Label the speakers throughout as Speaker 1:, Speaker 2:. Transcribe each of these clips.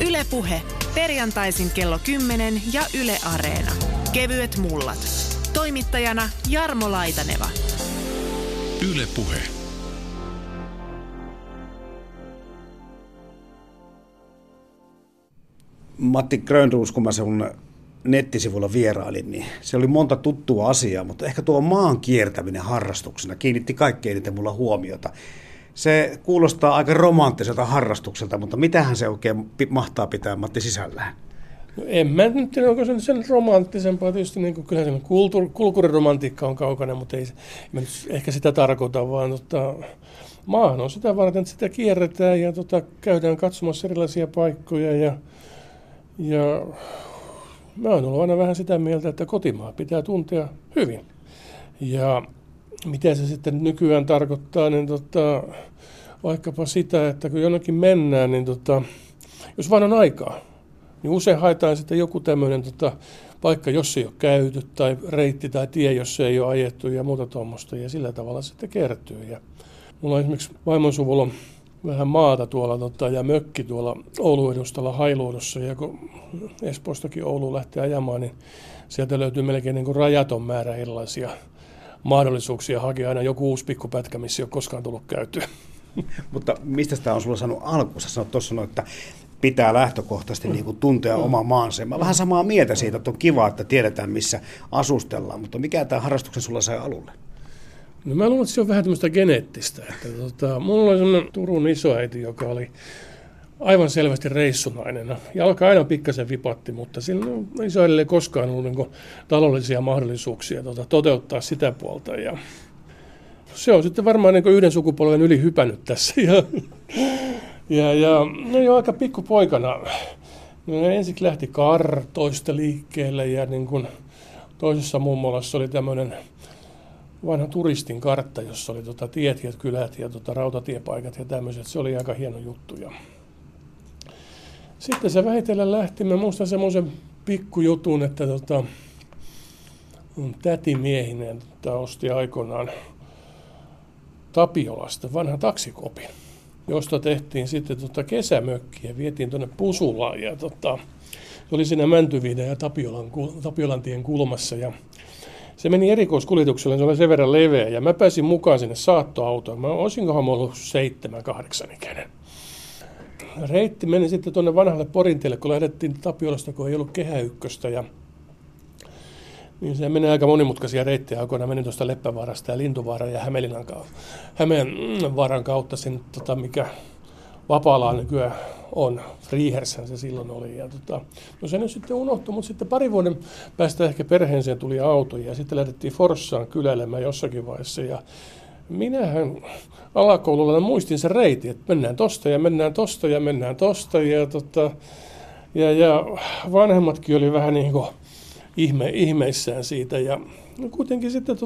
Speaker 1: Yle Puhe. Perjantaisin kello 10 ja Yle Areena. Kevyet mullat. Toimittajana Jarmo Laitaneva.
Speaker 2: Yle Puhe.
Speaker 3: Matti Grönroos, kun mä sun nettisivulla vierailin, niin se oli monta tuttua asiaa, mutta ehkä tuo maan kiertäminen harrastuksena kiinnitti kaikkein eniten mulla huomiota. Se kuulostaa aika romanttiselta harrastukselta, mutta mitähän se oikein mahtaa pitää, Matti, sisällään?
Speaker 4: No en mä nyt tiedä, onko se sen romanttisempaa. Tietysti niin kuin, kyllä se kulkuriromantiikka on kaukana, mutta ei ehkä sitä tarkoita, vaan maahan on sitä varten, että sitä kierretään ja käydään katsomassa erilaisia paikkoja. Ja mä oon ollut aina vähän sitä mieltä, että kotimaa pitää tuntea hyvin. Ja mitä se sitten nykyään tarkoittaa, niin vaikkapa sitä, että kun jonnekin mennään, niin jos vaan on aikaa, niin usein haetaan sitten joku tämmöinen paikka, jos ei ole käyty, tai reitti tai tie, jos ei ole ajettu ja muuta tuommoista, ja sillä tavalla sitten kertyy. Ja mulla on esimerkiksi vaimon suvulla vähän maata tuolla ja mökki tuolla Oulun edustalla Hailuodossa, ja kun Espoostakin Ouluun lähtee ajamaan, niin sieltä löytyy melkein niin kuin rajaton määrä erilaisia mahdollisuuksia hakea aina joku uusi pikkupätkä, missä ei ole koskaan tullut käytyä.
Speaker 3: Mutta mistä tämä on sulla sanonut alkuunsa? Sanoit tuossa, että pitää lähtökohtaisesti niin kuin tuntea oma maansa. Mä vähän samaa mieltä siitä, että on kiva, että tiedetään missä asustellaan, mutta mikä tämä harrastuksen sulla sai alulle?
Speaker 4: No mä luulen, että se on vähän tämmöistä geneettistä. Että mulla oli semmoinen Turun isoäiti, joka oli aivan selvästi reissunainen. Jalka aina pikkasen vipatti, mutta sillä isoäidillä ei koskaan ollut niin kuin taloudellisia mahdollisuuksia toteuttaa sitä puolta. Ja se on sitten varmaan niin kuin yhden sukupolven yli hypännyt tässä. No jo aika pikkupoikana. No ensin lähti kartoista liikkeelle ja niin kuin toisessa mummolassa oli tämmöinen vanha turistin kartta, jossa oli tiet ja kylät ja rautatiepaikat ja tämmöiset. Se oli aika hieno juttu. Ja sitten se vähitellen lähti. Mä muistan semmoisen pikkujutun, että tätimiehinen osti aikoinaan Tapiolasta vanhan taksikopin, josta tehtiin sitten kesämökkiä, vietiin tuonne Pusulaan ja se oli siinä Mäntyviiden ja Tapiolan tien kulmassa ja se meni erikoiskuljetuksella, se oli sen verran leveä ja mä pääsin mukaan sinne saattoautoon. Olisinkohan mä ollut 7-8 ikäinen. Reitti meni sitten tuonne vanhalle Porintielle, kun lähdettiin Tapiolasta, kun ei ollut Kehä Ykköstä. Niin se menee aika monimutkaisia reittejä. Aikoinaan meni tuosta Leppävaarasta ja Lintuvaaran ja Hämeenvaaran kautta sen, mikä Vapaalla nykyään on. Friihershän se silloin oli. Ja no se nyt sitten unohtui, mutta sitten parin vuoden päästä ehkä perheeseen tuli auto ja sitten lähdettiin Forssaan kyläilemään jossakin vaiheessa. Ja minähän alakoululla muistin sen reitin, että mennään tosta ja mennään tosta ja mennään tosta. Ja vanhemmatkin oli vähän niin kuin ihmeissään siitä. Ja no kuitenkin sitten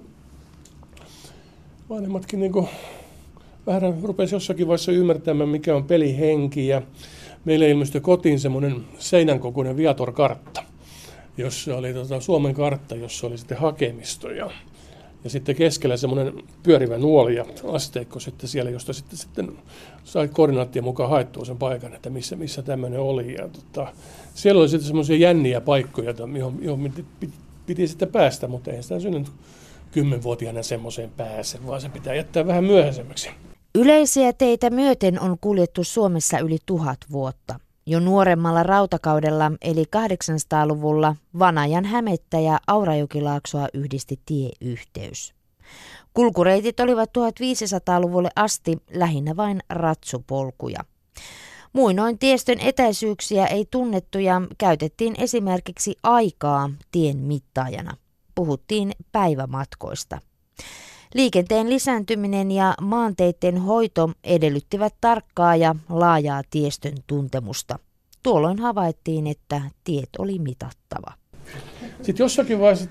Speaker 4: vanhemmatkin niin kuin vähän rupesi jossakin vaiheessa ymmärtämään, mikä on pelihenki. Ja meille ilmestyi kotiin semmoinen seinän kokoinen Viator-kartta, jossa oli Suomen kartta, jossa oli sitten hakemisto. Ja sitten keskellä semmoinen pyörivä nuoli ja asteikko sitten siellä, josta sitten sai koordinaattien mukaan haettua sen paikan, että missä tämmöinen oli. Ja siellä oli sitten semmoisia jänniä paikkoja, johon piti sitten päästä, mutta ei sitä synnyt 10-vuotiaana semmoiseen pääse, vaan se pitää jättää vähän myöhäisemmäksi.
Speaker 5: Yleisiä teitä myöten on kuljettu Suomessa yli 1000 vuotta. Jo nuoremmalla rautakaudella eli 800-luvulla Vanajan Hämettä ja Aurajokilaaksoa yhdisti tieyhteys. Kulkureitit olivat 1500-luvulle asti lähinnä vain ratsupolkuja. Muinoin tiestön etäisyyksiä ei tunnettu ja käytettiin esimerkiksi aikaa tien mittaajana. Puhuttiin päivämatkoista. Liikenteen lisääntyminen ja maanteiden hoito edellyttivät tarkkaa ja laajaa tiestön tuntemusta. Tuolloin havaittiin, että tiet oli mitattava.
Speaker 4: Sitten jossakin vaiheessa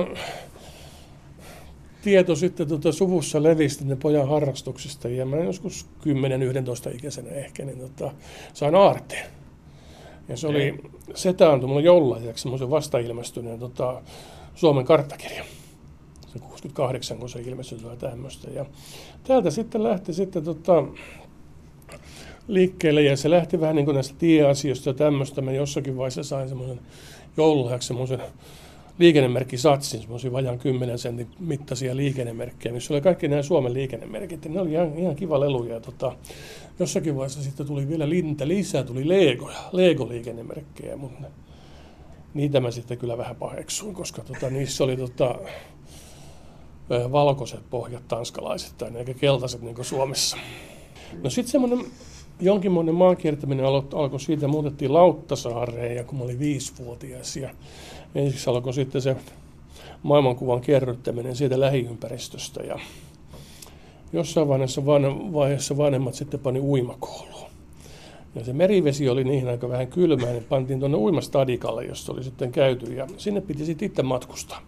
Speaker 4: tieto sitten suvussa levisi ne pojan harrastuksista ja mä joskus 10-11 ikäisenä ehkä sain aarteen. Ja se oli, setä antoi mulle joululahjaksi semmoisen vastailmestyneen Suomen karttakirjan. Se 68, kun se ilmestyi tämmöistä. Ja täältä sitten lähti sitten liikkeelle ja se lähti vähän niin kuin näistä tieasioista ja tämmöistä. Mä jossakin vaiheessa sain semmoisen joululahjaksi semmoisen liikennemerkkisatsin, semmoisia vajaan 10 sentin mittaisia liikennemerkkejä, missä oli kaikki nämä Suomen liikennemerkit. Ja ne oli ihan kiva lelu. Ja jossakin vaiheessa sitten tuli vielä lisää, tuli Lego-liikennemerkkejä, mutta niitä mä sitten kyllä vähän paheksuin, koska niissä oli valkoiset pohjat tanskalaisittain, eikä keltaiset niin kuin Suomessa. No sitten semmoinen jonkinmoinen maankiertäminen alkoi siitä, muutettiin Lauttasaareen, ja kun mä olin 5-vuotias, ja ensiksi alkoi sitten se maailmankuvan kerryttäminen siitä lähiympäristöstä, ja jossain vaiheessa vanhemmat sitten pani uimakouluun. Ja se merivesi oli niihin aika vähän kylmää, niin pantiin tuonne uimastadikalle, jossa oli sitten käyty, ja sinne piti sitten itse matkustaa.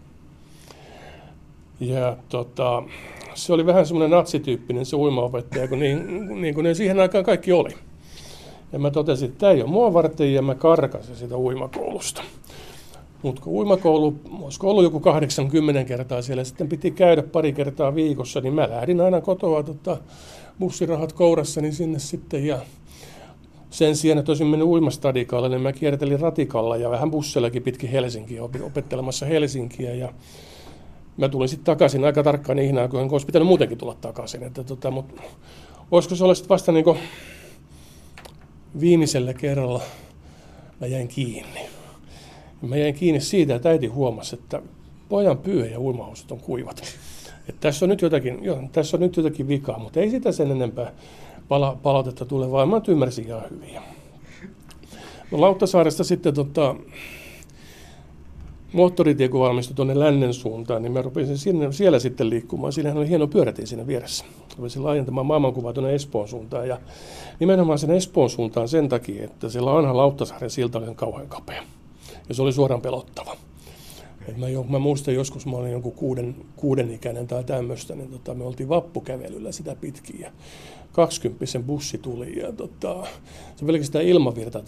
Speaker 4: Ja se oli vähän semmoinen natsityyppinen se uimaopettaja, kun niin kuin ne siihen aikaan kaikki oli. Ja mä totesin, että tämä ei ole mua varten, ja mä karkasin sitä uimakoulusta. Mutta kun uimakoulu, olisiko ollut joku 80 kertaa siellä, sitten piti käydä pari kertaa viikossa, niin mä lähdin aina kotoa bussirahat kourassani sinne sitten, ja sen sijaan, että olisin mennyt uimastadikalle, niin mä kiertelin ratikalla ja vähän bussillakin pitkin Helsinkiä, opettelemassa Helsinkiä, ja mä tulin sitten takaisin aika tarkkaan niihin aikoihin, kun olisi pitänyt muutenkin tulla takaisin. Mutta olisiko se ollut vasta niin viimeisellä kerralla mä jäin kiinni. Mä jäin kiinni siitä, että äiti huomasi, että pojan pyö ja uimahousut on kuivat. Tässä on nyt jotakin vikaa, mutta ei sitä sen enempää palautetta tule, vaan mä ymmärsin ihan hyvin. No, Lauttasaaresta sitten moottoritie, kun valmistui tuonne lännen suuntaan, niin mä rupesin siellä sitten liikkumaan. Siinähän oli hieno pyörätie siinä vieressä. Rupesin laajentamaan maailmankuvaa tuonne Espoon suuntaan. Ja nimenomaan sen Espoon suuntaan sen takia, että se vanha Lauttasaaren silta oli kauhean kapea. Ja se oli suoraan pelottava. Mä muistan joskus, mä olin jonkun kuuden ikäinen tai tämmöistä, niin me oltiin vappukävelyllä sitä pitkin. Ja 20-sen bussi tuli ja se pelkästään ilmavirta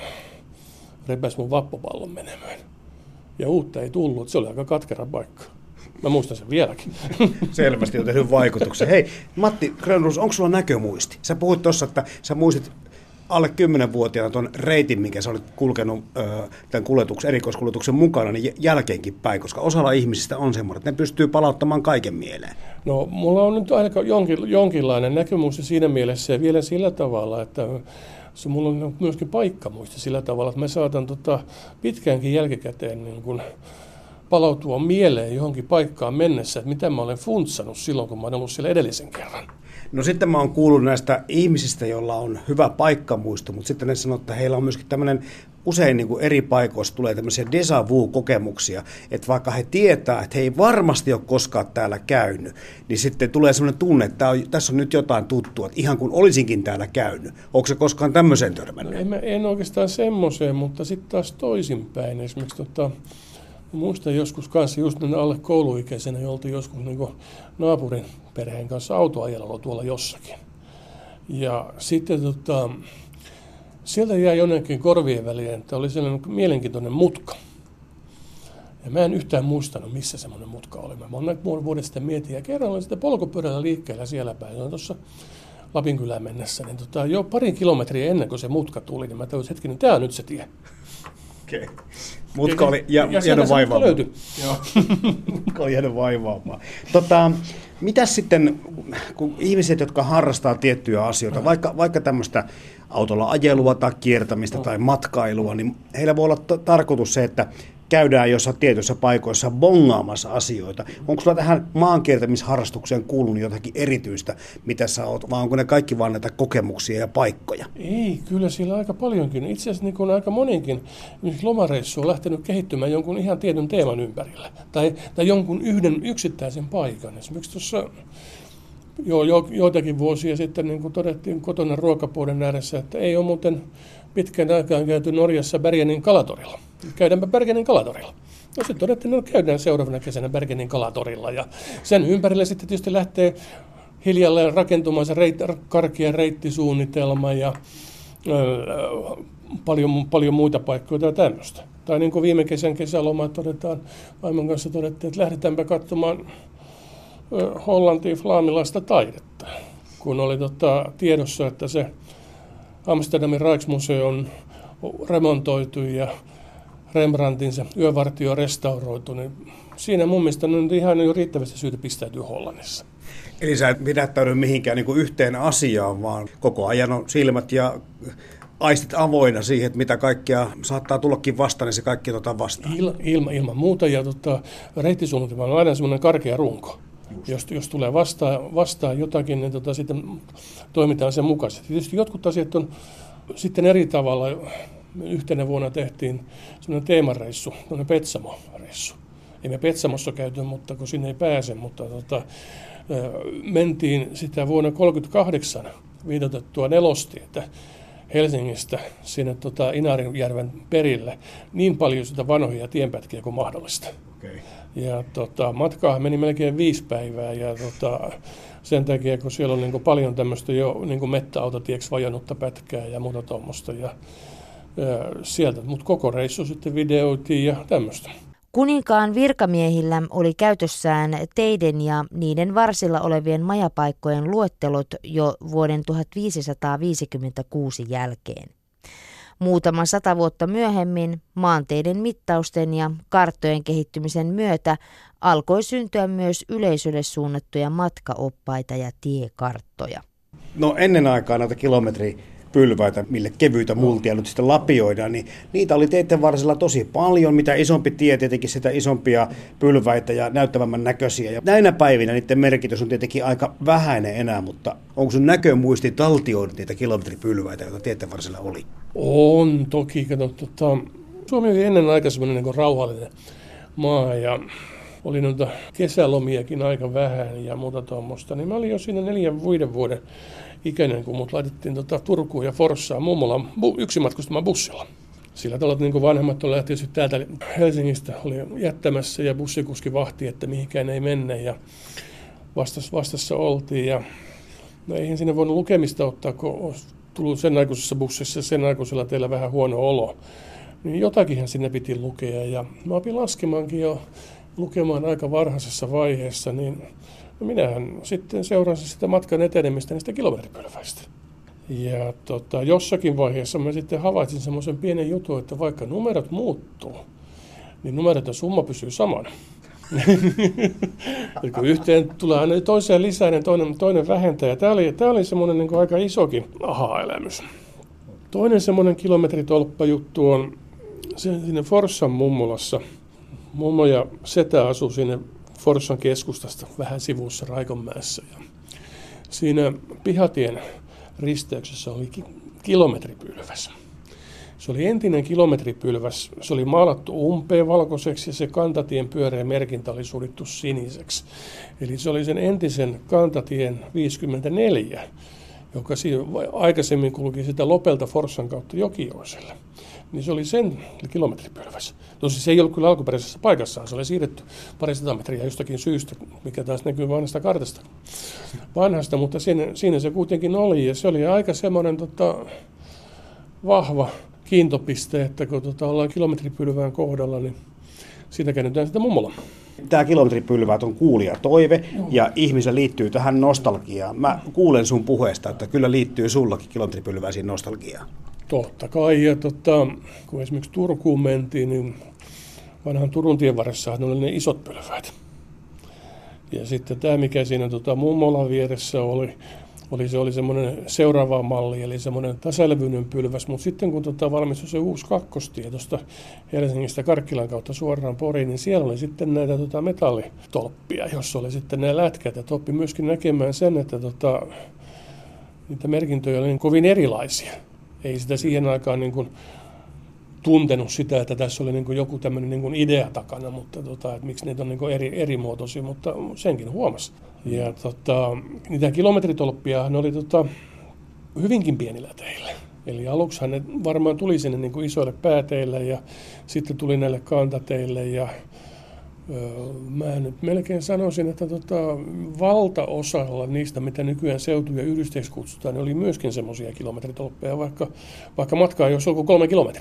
Speaker 4: repäsi mun vappupallon menemään. Ja uutta ei tullut, se oli aika katkera paikka. Mä muistan sen vieläkin.
Speaker 3: Selvästi on tehnyt vaikutuksen. Hei, Matti Grönroos, onko sulla näkömuisti? Sä puhuit tuossa, että sä muistit alle 10-vuotiaana tuon reitin, minkä sä olit kulkenut tämän erikoiskuljetuksen mukana, niin jälkeenkin päin, koska osalla ihmisistä on semmoinen, että ne pystyy palauttamaan kaiken mieleen.
Speaker 4: No, mulla on nyt ainakaan jonkinlainen näkömuisti siinä mielessä ja vielä sillä tavalla, että mulla on myöskin paikkamuisti sillä tavalla, että mä saatan pitkäänkin jälkikäteen niin kun palautua mieleen johonkin paikkaan mennessä, että mitä mä olen funtsannut silloin, kun mä olen ollut siellä edellisen kerran.
Speaker 3: No sitten mä oon kuullut näistä ihmisistä, joilla on hyvä paikkamuisto, mutta sitten ne sanoo, että heillä on myöskin tämmöinen, usein niin kuin eri paikoissa tulee tämmöisiä déjà vu-kokemuksia, että vaikka he tietää, että he ei varmasti ole koskaan täällä käynyt, niin sitten tulee semmoinen tunne, että tässä on nyt jotain tuttua, että ihan kuin olisinkin täällä käynyt. Onko se koskaan tämmöiseen törmännyt?
Speaker 4: No, en oikeastaan semmoiseen, mutta sitten taas toisinpäin. Esimerkiksi muistan joskus kanssa just alle kouluikäisenä, joltiin joskus niin naapurin perheen kanssa autoajelulla tuolla jossakin. Ja sitten sieltä jäi jonnekin korvien väliin, että oli sellainen mielenkiintoinen mutka. Ja mä en yhtään muistanut, missä semmoinen mutka oli. Mä monta vuoden sitten mietin ja kerran olin sitten polkupyörällä liikkeellä siellä päin. Se on tuossa Lapinkylään mennessä. Niin jo parin kilometriä ennen kuin se mutka tuli, niin mä tajusin, että tämä on nyt se tie.
Speaker 3: Okay. Mutka oli jäänyt vaivaamaan. Mutka oli jäänyt vaivaamaan. Mitäs sitten, kun ihmiset, jotka harrastaa tiettyjä asioita, vaikka tämmöistä autolla ajelua tai kiertämistä tai matkailua, niin heillä voi olla tarkoitus se, että käydään jossain tietyissä paikoissa bongaamassa asioita. Onko sulla tähän maankiertämisharrastukseen kuulunut jotakin erityistä, mitä sä oot, vai onko ne kaikki vaan näitä kokemuksia ja paikkoja?
Speaker 4: Ei, kyllä siellä aika paljonkin. Itse asiassa niin aika monenkin lomareissu on lähtenyt kehittymään jonkun ihan tietyn teeman ympärillä. Tai jonkun yhden yksittäisen paikan. Esimerkiksi tuossa joitakin vuosia sitten niin kuin todettiin kotona ruokapuolen ääressä, että ei ole muuten pitkän aikaan käyty Norjassa Bergenin kalatorilla. Käydäänpä Bergenin kalatorilla. No sitten todettiin, että käydään seuraavana kesänä Bergenin kalatorilla. Ja sen ympärille sitten tietysti lähtee hiljalleen rakentumaan se karkea reittisuunnitelma ja paljon muita paikkoja ja tämmöistä. Tai niin kuin viime kesän kesälomaa vaimon kanssa todettiin, että lähdetäänpä katsomaan Hollantiin flaamilaista taidetta. Kun oli tiedossa, että se Amsterdamin Rijksmuseo on remontoitu ja Rembrandtin se yövartio restauroitu, niin siinä mun mielestä on ihan jo riittävästi syytä pistäytyä Hollannissa.
Speaker 3: Eli sä et pidättäydy mihinkään niin kuin yhteen asiaan, vaan koko ajan on silmät ja aistit avoinna siihen, että mitä kaikkea saattaa tullakin vastaan, niin se kaikki otetaan vastaan.
Speaker 4: Ilman muuta, ja reittisuunnitelma on aina semmoinen karkea runko. Jos tulee vastaan jotakin, niin sitten toimitaan sen mukaisesti. Tietysti jotkut asiat on sitten eri tavalla. Yhtenä vuonna tehtiin semmoinen teemareissu, semmoinen Petsamo-reissu. Ei me Petsamossa käyty, mutta kun sinne ei pääse, mutta mentiin sitä vuonna 1938 viitoitettua nelostietä Helsingistä sinne Inarijärven perille niin paljon sitä vanhoja tienpätkiä kuin mahdollista. Okay. Ja matkaahan meni melkein 5 päivää ja sen takia, kun siellä on niin paljon tämmöistä jo niin mettäautotieksi vajonnutta pätkää ja muuta tuommoista ja sieltä, mutta koko reissu sitten videoitiin ja tämmöistä.
Speaker 5: Kuninkaan virkamiehillä oli käytössään teiden ja niiden varsilla olevien majapaikkojen luettelot jo vuoden 1556 jälkeen. Muutama 100 vuotta myöhemmin maanteiden mittausten ja karttojen kehittymisen myötä alkoi syntyä myös yleisölle suunnattuja matkaoppaita ja tiekarttoja.
Speaker 3: No ennen aikaa näitä kilometripylväitä, mille kevyitä multia nyt sitten lapioidaan, niin niitä oli teiden varsilla tosi paljon. Mitä isompi tie, tietenkin sitä isompia pylväitä ja näyttävämmän näköisiä. Ja näinä päivinä niiden merkitys on tietenkin aika vähäinen enää, mutta onko sun näkömuisti taltioinut niitä kilometripylväitä, joita teiden varsilla oli?
Speaker 4: On toki. Suomi oli ennen aika semmoinen niin rauhallinen maa ja oli noita kesälomiakin aika vähän ja muuta tuommoista. Niin mä olin jo siinä 4-5 vuoden ikäinen, kun mut laitettiin Turkuun ja Forssaan mummolaan yksimatkustamaan bussilla. Sillä tavalla, että niin vanhemmat on lähtöisin täältä Helsingistä, oli jättämässä ja bussikuski vahti, että mihinkään ei mennä ja vastassa oltiin. Ja no eihän siinä voinut lukemista ottaa, kun olisi tullut sen aikuisessa bussissa ja sen aikuisella teillä vähän huono olo. Niin jotakinhan sinne piti lukea ja mä opin laskemaankin jo lukemaan aika varhaisessa vaiheessa, niin minähän sitten seurasin sitä matkan etenemistä niistä kilometripylväistä. Ja jossakin vaiheessa mä sitten havaitsin semmoisen pienen jutun, että vaikka numerot muuttuu, niin numerot ja summa pysyy samana. Kun yhteen tulee aina toiseen lisää, niin toinen vähentää. Ja tämä oli semmoinen niin kuin aika isokin aha-elämys. Toinen semmoinen kilometritolppajuttu on siinä Forssan mummolassa. Mummo ja setä asui siinä Forssan keskustasta vähän sivussa Raikonmäessä. Ja siinä pihatien risteyksessä oli kilometripylväs. Se oli entinen kilometripylväs. Se oli maalattu umpeen valkoiseksi ja se kantatien pyöreä merkintä oli suljettu siniseksi. Eli se oli sen entisen kantatien 54, joka aikaisemmin kulki sitä Lopelta Forssan kautta Jokioiselle. Niin se oli sen kilometripylväs. Tosi se ei ollut kyllä alkuperäisessä paikassaan. Se oli siirretty 200 metriä jostakin syystä, mikä taas näkyy vanhasta kartasta. Vanhasta, mutta siinä se kuitenkin oli. Ja se oli aika semmoinen vahva kiintopiste, että kun ollaan kilometripylvään kohdalla, niin siitä käännytään sitä mummolla.
Speaker 3: Tämä kilometripylväät on kuulijatoive ja ihmisen liittyy tähän nostalgiaan. Mä kuulen sun puheesta, että kyllä liittyy sullakin kilometripylväisiin nostalgiaan.
Speaker 4: Totta kai, ja kun esimerkiksi Turkuun mentiin, niin vanhan Turun tien varressahan oli ne isot pylväät. Ja sitten tämä, mikä siinä mummolan vieressä oli semmoinen seuraava malli, eli semmoinen tasalävyinen pylväs, mutta sitten kun valmistui se uusi kakkostie tuosta Helsingistä Karkkilan kautta suoraan Poriin, niin siellä oli sitten näitä metallitolppia, jossa oli sitten nämä lätkät, ja oppi myöskin näkemään sen, että niitä merkintöjä oli kovin erilaisia. Ei sitä siihen aikaan niin kuin tuntenut sitä, että tässä oli niin kuin joku tämmöinen niin kuin idea takana, mutta että miksi niitä on niin kuin erimuotoisia, mutta senkin huomasi. Ja niitä kilometritolppia ne oli hyvinkin pienillä teillä. Eli aluksihan ne varmaan tuli sinne niin kuin isoille pääteille ja sitten tuli näille kantateille ja mä nyt melkein sanoisin, että valtaosalla niistä, mitä nykyään seutuja yhdisteeksi kutsutaan, niin oli myöskin semmoisia kilometritolppeja, vaikka matkaa ei olisi ollut 3 kilometriä.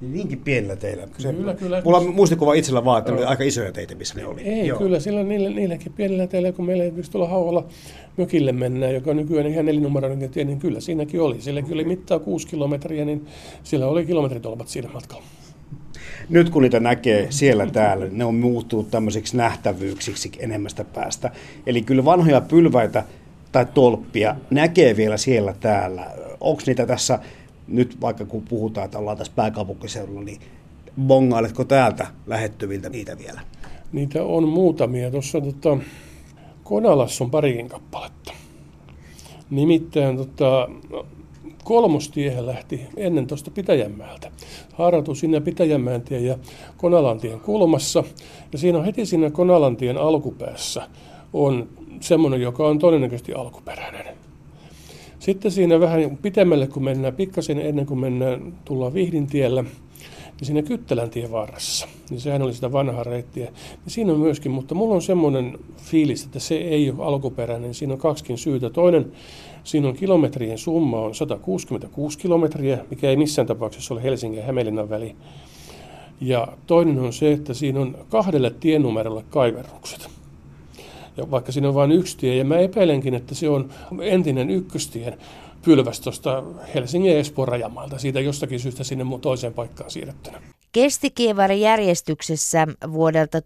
Speaker 3: Niinkin pienellä teillä.
Speaker 4: Kyllä.
Speaker 3: Mulla on muistikuva itsellä vaan, että ne oli aika isoja teitä, missä ne oli.
Speaker 4: Ei, joo. Kyllä, sillä niilläkin pienellä teillä, kun meillä esimerkiksi tuolla Haualla mökille mennään, joka on nykyään ihan 4-numeroinen tie, niin kyllä siinäkin oli. Silläkin oli mittaa 6 kilometriä, niin sillä oli kilometritolpat siinä matkalla.
Speaker 3: Nyt kun niitä näkee siellä täällä, ne on muuttunut tämmöisiksi nähtävyyksiksi enemmästä päästä. Eli kyllä vanhoja pylväitä tai tolppia näkee vielä siellä täällä. Onko niitä tässä, nyt vaikka kun puhutaan, että ollaan tässä pääkaupunkiseudulla, niin bongailetko täältä lähettyviltä niitä vielä?
Speaker 4: Niitä on muutamia. Tuossa Konalassa on parikin kappaletta. Nimittäin Kolmostiehän lähti ennen tuosta Pitäjänmäeltä. Haarautui sinne Pitäjänmäentien ja Konalantien kulmassa. Ja siinä on heti siinä Konalantien alkupäässä on semmoinen, joka on todennäköisesti alkuperäinen. Sitten siinä vähän pitemmälle, kun mennään pikkasen ennen kuin tullaan Vihdintiellä, niin siinä Kyttäläntien varressa, niin sehän oli sitä vanhaa reittiä, niin siinä on myöskin, mutta mulla on semmoinen fiilis, että se ei ole alkuperäinen, siinä on kaksikin syytä. Toinen, siinä on kilometrien summa on 166 kilometriä, mikä ei missään tapauksessa ole Helsingin ja Hämeenlinnan väli. Ja toinen on se, että siinä on 2 tienumerolle kaiverrukset. Ja vaikka siinä on vain yksi tie, ja mä epäilenkin, että se on entinen ykköstien pylväs tuosta Helsingin ja Espoon rajamaalta, siitä jostakin syystä sinne toiseen paikkaan siirrettynä.
Speaker 5: Kestikievarijärjestyksessä vuodelta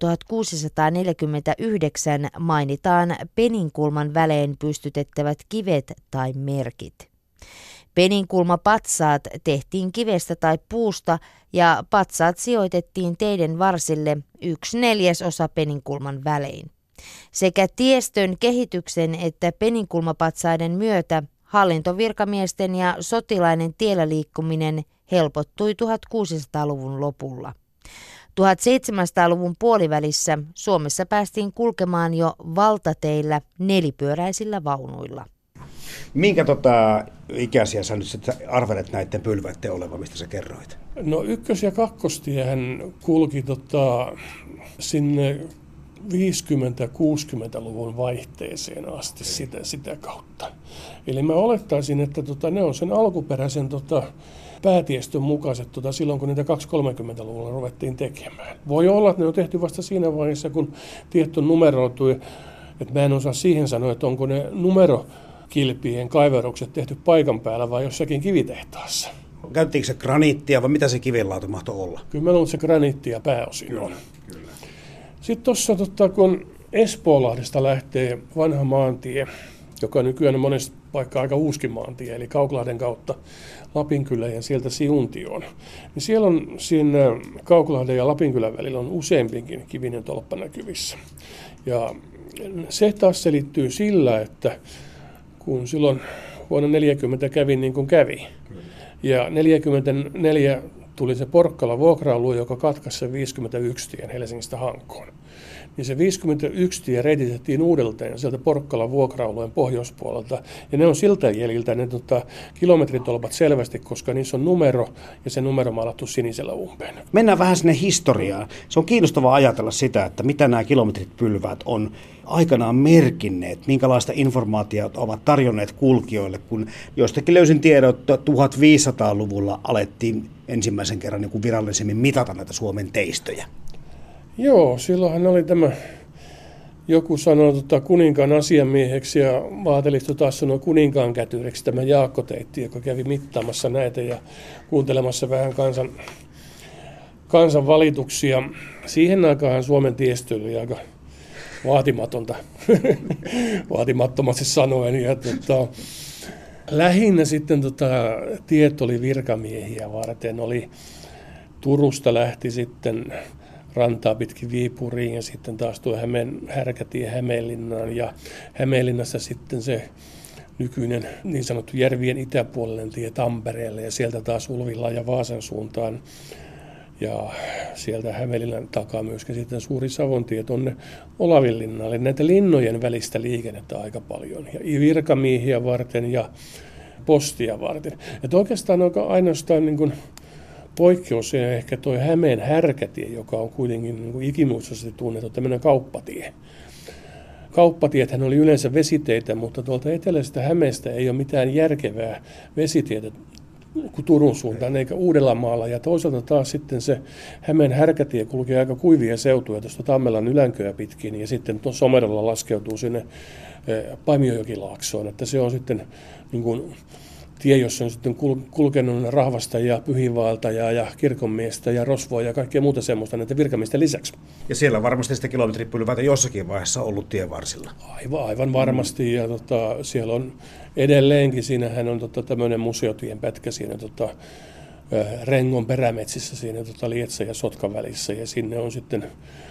Speaker 5: 1649 mainitaan Peninkulman välein pystytettävät kivet tai merkit. Peninkulmapatsaat tehtiin kivestä tai puusta ja patsaat sijoitettiin teiden varsille 1/4 Peninkulman välein. Sekä tiestön kehityksen että peninkulmapatsaiden myötä hallintovirkamiesten ja sotilainen tiellä liikkuminen helpottui 1600-luvun lopulla. 1700-luvun puolivälissä Suomessa päästiin kulkemaan jo valtateillä 4-pyöräisillä vaunuilla.
Speaker 3: Minkä ikäisiä sä nyt arvelet näiden pylväiden olevan, mistä sä kerroit?
Speaker 4: No 1- ja 2-tiehän kulki sinne 50-60-luvun vaihteeseen asti sitä kautta. Eli mä olettaisin, että ne on sen alkuperäisen päätiestön mukaiset silloin, kun niitä 230-luvulla ruvettiin tekemään. Voi olla, että ne on tehty vasta siinä vaiheessa, kun tiet on numeroitu. Että mä en osaa siihen sanoa, että onko ne numerokilpien kaiverukset tehty paikan päällä vai jossakin kivitehtaassa.
Speaker 3: Käyttiinkö se graniittia vai mitä se kivenlaatu mahtoi olla?
Speaker 4: Kyllä mä luulen, että se graniittia pääosin on. Kyllä. Sitten tuossa, kun Espoolahdesta lähtee vanha maantie, joka nykyään on monessa paikkaa aika uuskin maantie, eli Kauklahden kautta Lapinkylän ja sieltä Siuntioon, niin siellä on siinä Kauklahden ja Lapinkylän välillä on useampikin kivinen tolppa näkyvissä. Ja se taas selittyy sillä, että kun silloin vuonna 40 kävi niin kuin kävi, ja 44 tuli se Porkkalan vuokraalue, joka katkaisi sen 51 tien Helsingistä Hankoon. Niin se 51 tie reititettiin uudelleen sieltä Porkkalan vuokra-alueen pohjoispuolelta. Ja ne on siltä jäljiltä ne kilometritolpat selvästi, koska niissä on numero ja se numero maalattu sinisellä umpeen.
Speaker 3: Mennään vähän sinne historiaan. Se on kiinnostavaa ajatella sitä, että mitä nämä kilometrit pylväät on aikanaan merkinneet, minkälaista informaatiota ovat tarjonneet kulkijoille, kun jostakin löysin tiedon, että 1500-luvulla alettiin ensimmäisen kerran niin kuin virallisemmin mitata näitä Suomen teistöjä.
Speaker 4: Joo, silloinhan oli tämä, joku sanoi kuninkaan asiamieheksi ja Vaatelisto taas sanoi kuninkaan kätyriksi tämä Jaakko Teitti, joka kävi mittaamassa näitä ja kuuntelemassa vähän kansan valituksia. Siihen aikaan Suomen tiestö oli aika vaatimatonta, vaatimattomasti sanoen. Ja lähinnä sitten tiet oli virkamiehiä varten, oli Turusta lähti sitten rantaa pitkin Viipuriin ja sitten taas tuo Härkätie Hämeenlinnaan ja Hämeenlinnassa sitten se nykyinen niin sanottu järvien itäpuolinen tie Tampereelle ja sieltä taas Ulvilaan ja Vaasan suuntaan ja sieltä Hämeenlinnan takaa myöskin sitten suuri Savontie tuonne Olavinlinnalle. Näitä linnojen välistä liikennettä aika paljon ja virkamiehiä varten ja postia varten. Että oikeastaan ainoastaan niin kuin poikkeus on ehkä tuo Hämeen Härkätie, joka on kuitenkin niin kuin ikimuistoisesti tunnettu tämmöinen kauppatie. Kauppatiethän oli yleensä vesiteitä, mutta tuolta eteläisestä Hämeestä ei ole mitään järkevää vesitietä Turun suuntaan eikä Uudellamaalla. Ja toisaalta taas sitten se Hämeen härkätie kulkee aika kuivia seutuja tuosta Tammelan ylänköä pitkin ja sitten Somerolla laskeutuu sinne Paimiojokilaaksoon. Että se on sitten niin kuin tie, jossa on sitten kulkenut rahvastajia, pyhiinvaeltajaa ja kirkonmiestä ja rosvoa ja kaikkea muuta semmoista näiden virkamiesten lisäksi.
Speaker 3: Ja siellä varmasti sitä kilometripylväitä jossakin vaiheessa ollut tienvarsilla.
Speaker 4: Aivan varmasti. Ja siellä on edelleenkin, siinähän on tämmöinen museotien pätkä siinä Rengon perämetsissä siinä Lietsä ja Sotkan välissä. Ja sinne on sitten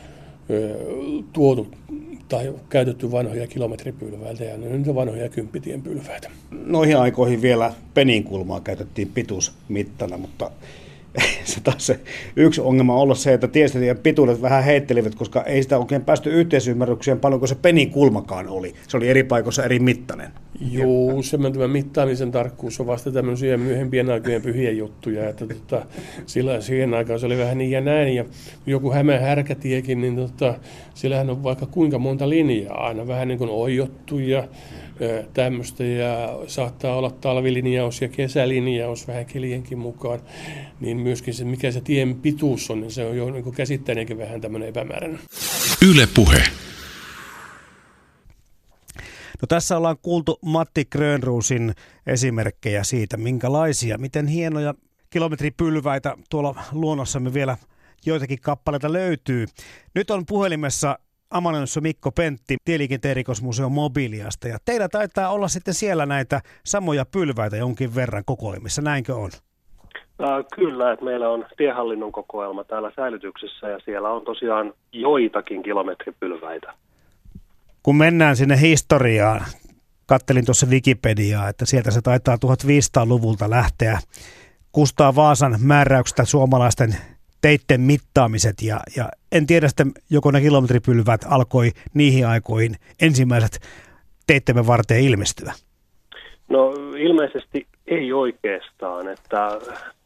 Speaker 4: tuotu tai käytetty vanhoja kilometripylväitä ja ne on niitä vanhoja kymppitienpylväitä.
Speaker 3: Noihin aikoihin vielä peninkulmaa käytettiin pituusmittana, mutta se taas se yksi ongelma on ollut se, että tiestöjen pituudet vähän heittelivät, koska ei sitä oikein päästy yhteisymmärrykseen paljonko se peninkulmakaan oli. Se oli eri paikoissa eri mittainen.
Speaker 4: Joo, tämä mittaamisen tarkkuus on vasta tämmöisiä myöhempien aikojen pyhiä juttuja, että sillä siihen aikaan se oli vähän niin ja näin, ja joku Hämeen härkätiekin, niin sillähän on vaikka kuinka monta linjaa, aina vähän niin kuin oijottu ja tämmöistä, ja saattaa olla talvilinjaus ja kesälinjaus vähän kelienkin mukaan, niin myöskin se, mikä se tien pituus on, niin se on jo niin kuin käsittäneenkin vähän tämmöinen epämääräinen.
Speaker 2: Yle Puhe.
Speaker 3: No tässä ollaan kuultu Matti Grönroosin esimerkkejä siitä, miten hienoja kilometripylväitä tuolla luonnossamme vielä joitakin kappaleita löytyy. Nyt on puhelimessa Amalius Mikko Pentti Tieliikenteen erikoismuseon Mobiliasta, ja teillä taitaa olla sitten siellä näitä samoja pylväitä jonkin verran kokoelmissa, näinkö on?
Speaker 6: Kyllä, että meillä on tiehallinnon kokoelma täällä säilytyksessä ja siellä on tosiaan joitakin kilometripylväitä.
Speaker 3: Kun mennään sinne historiaan, kattelin tuossa Wikipediaa, että sieltä se taitaa 1500-luvulta lähteä Kustaa Vaasan määräyksestä suomalaisten teitten mittaamiset, ja en tiedä sitten, joko ne kilometripylvät alkoi niihin aikoihin ensimmäiset teittemme varteen ilmestyä.
Speaker 6: No ilmeisesti ei oikeastaan, että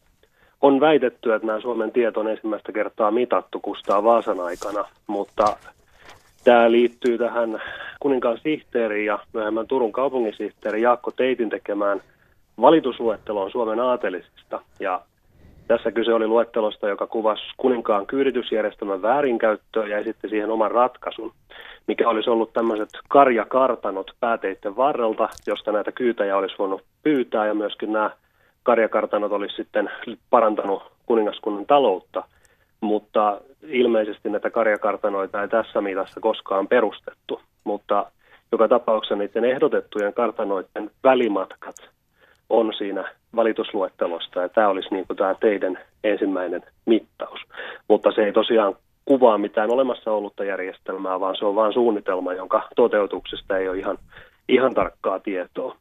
Speaker 6: on väitetty, että nämä Suomen tiet on ensimmäistä kertaa mitattu Kustaa Vaasan aikana, mutta tämä liittyy tähän kuninkaan sihteerin ja myöhemmän Turun kaupunginsihteerin Jaakko Teitin tekemään valitusluetteloon Suomen aatelisista. Ja tässä kyse oli luettelosta, joka kuvasi kuninkaan kyyditysjärjestelmän väärinkäyttöä ja esitti siihen oman ratkaisun, mikä olisi ollut tämmöiset karjakartanot pääteitten varrelta, josta näitä kyytäjä olisi voinut pyytää, ja myöskin nämä karjakartanot olisi sitten parantanut kuningaskunnan taloutta. Mutta ilmeisesti näitä karjakartanoita ei tässä mitassa koskaan perustettu, mutta joka tapauksessa niiden ehdotettujen kartanoiden välimatkat on siinä valitusluettelosta, ja tämä olisi niin kuin tämä teidän ensimmäinen mittaus. Mutta se ei tosiaan kuvaa mitään olemassa ollutta järjestelmää, vaan se on vain suunnitelma, jonka toteutuksesta ei ole ihan tarkkaa tietoa.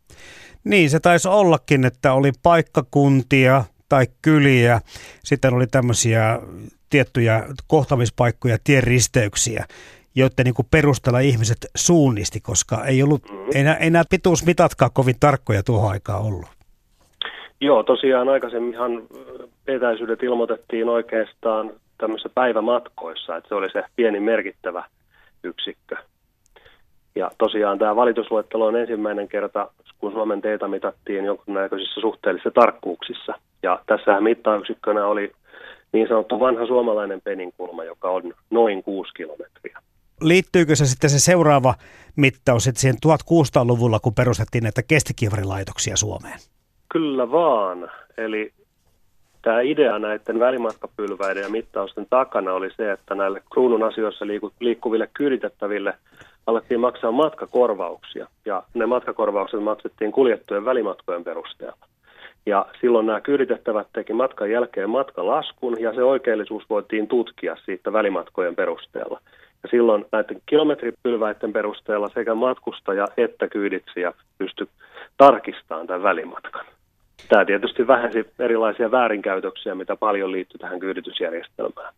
Speaker 3: Niin, se taisi ollakin, että oli paikkakuntia tai kyliä, sitten oli tämmöisiä tiettyjä kohtamispaikkoja, tienristeyksiä, joiden niin kuin perusteella ihmiset suunnisti, koska ei nämä pituusmitatkaan kovin tarkkoja tuohon aikaan ollut.
Speaker 6: Joo, tosiaan aikaisemminhan etäisyydet ilmoitettiin oikeastaan tämmöisissä päivämatkoissa, että se oli se pieni merkittävä yksikkö. Ja tosiaan tämä valitusluettelo on ensimmäinen kerta, kun Suomen teitä mitattiin jonkinnäköisissä suhteellisissa tarkkuuksissa. Ja tässähän mittayksikkönä oli niin sanottu vanha suomalainen peninkulma, joka on noin 6 kilometriä.
Speaker 3: Liittyykö se sitten se seuraava mittaus sitten siihen 1600-luvulla, kun perustettiin näitä kestikivarilaitoksia Suomeen?
Speaker 6: Kyllä vaan. Eli tämä idea näiden välimatkapylväiden ja mittausten takana oli se, että näille kruunun asioissa liikkuville kyyditettäville alettiin maksaa matkakorvauksia. Ja ne matkakorvaukset maksettiin kuljettujen välimatkojen perusteella. Ja silloin nämä kyyditettävät teki matkan jälkeen matkalaskun, ja se oikeellisuus voitiin tutkia siitä välimatkojen perusteella. Ja silloin näiden kilometripylväiden perusteella sekä matkustaja että kyyditsijä pystyi tarkistamaan tämän välimatkan. Tämä tietysti vähensi erilaisia väärinkäytöksiä, mitä paljon liittyy tähän kyyditysjärjestelmään.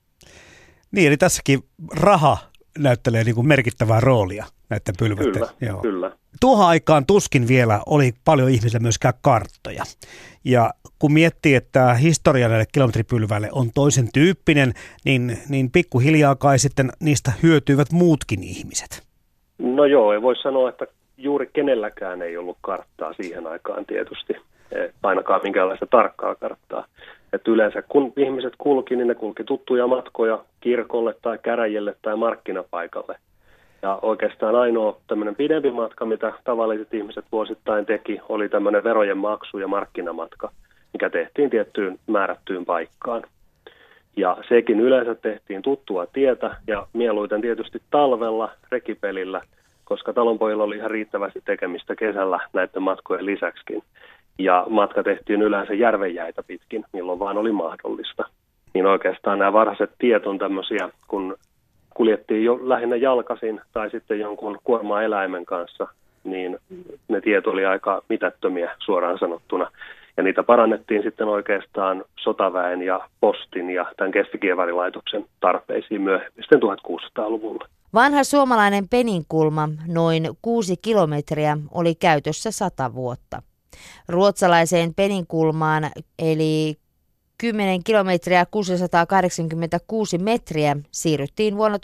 Speaker 3: Niin, eli tässäkin raha näyttelee niin kuin merkittävää roolia näiden pylväiden.
Speaker 6: Kyllä,
Speaker 3: Joo.
Speaker 6: Kyllä.
Speaker 3: Tuohon aikaan tuskin vielä oli paljon ihmisillä myöskään karttoja. Ja kun miettii, että historia näille kilometripylväille on toisen tyyppinen, niin pikkuhiljaa kai sitten niistä hyötyivät muutkin ihmiset.
Speaker 6: No joo, ei voi sanoa, että juuri kenelläkään ei ollut karttaa siihen aikaan tietysti. ainakaan minkäänlaista tarkkaa karttaa. Että yleensä kun ihmiset kulki, niin ne kulki tuttuja matkoja kirkolle tai käräjille tai markkinapaikalle. Ja oikeastaan ainoa tämmöinen pidempi matka, mitä tavalliset ihmiset vuosittain teki, oli tämmöinen verojen maksu- ja markkinamatka, mikä tehtiin tiettyyn määrättyyn paikkaan. Ja sekin yleensä tehtiin tuttua tietä ja mieluiten tietysti talvella rekipelillä, koska talonpojilla oli ihan riittävästi tekemistä kesällä näiden matkojen lisäksikin. Ja matka tehtiin yleensä järvenjäitä pitkin, milloin vaan oli mahdollista. Niin oikeastaan nämä varhaiset tiet on tämmöisiä, kun kuljettiin jo lähinnä jalkaisin tai sitten jonkun kuorma-eläimen kanssa, niin ne tiet oli aika mitättömiä suoraan sanottuna. Ja niitä parannettiin sitten oikeastaan sotaväen ja postin ja tämän kestikievärilaitoksen tarpeisiin myöhemmin, sitten 1600-luvulla.
Speaker 5: Vanha suomalainen peninkulma, noin 6 kilometriä, oli käytössä 100 vuotta. Ruotsalaiseen peninkulmaan, eli 10 kilometriä 686 metriä, siirryttiin vuonna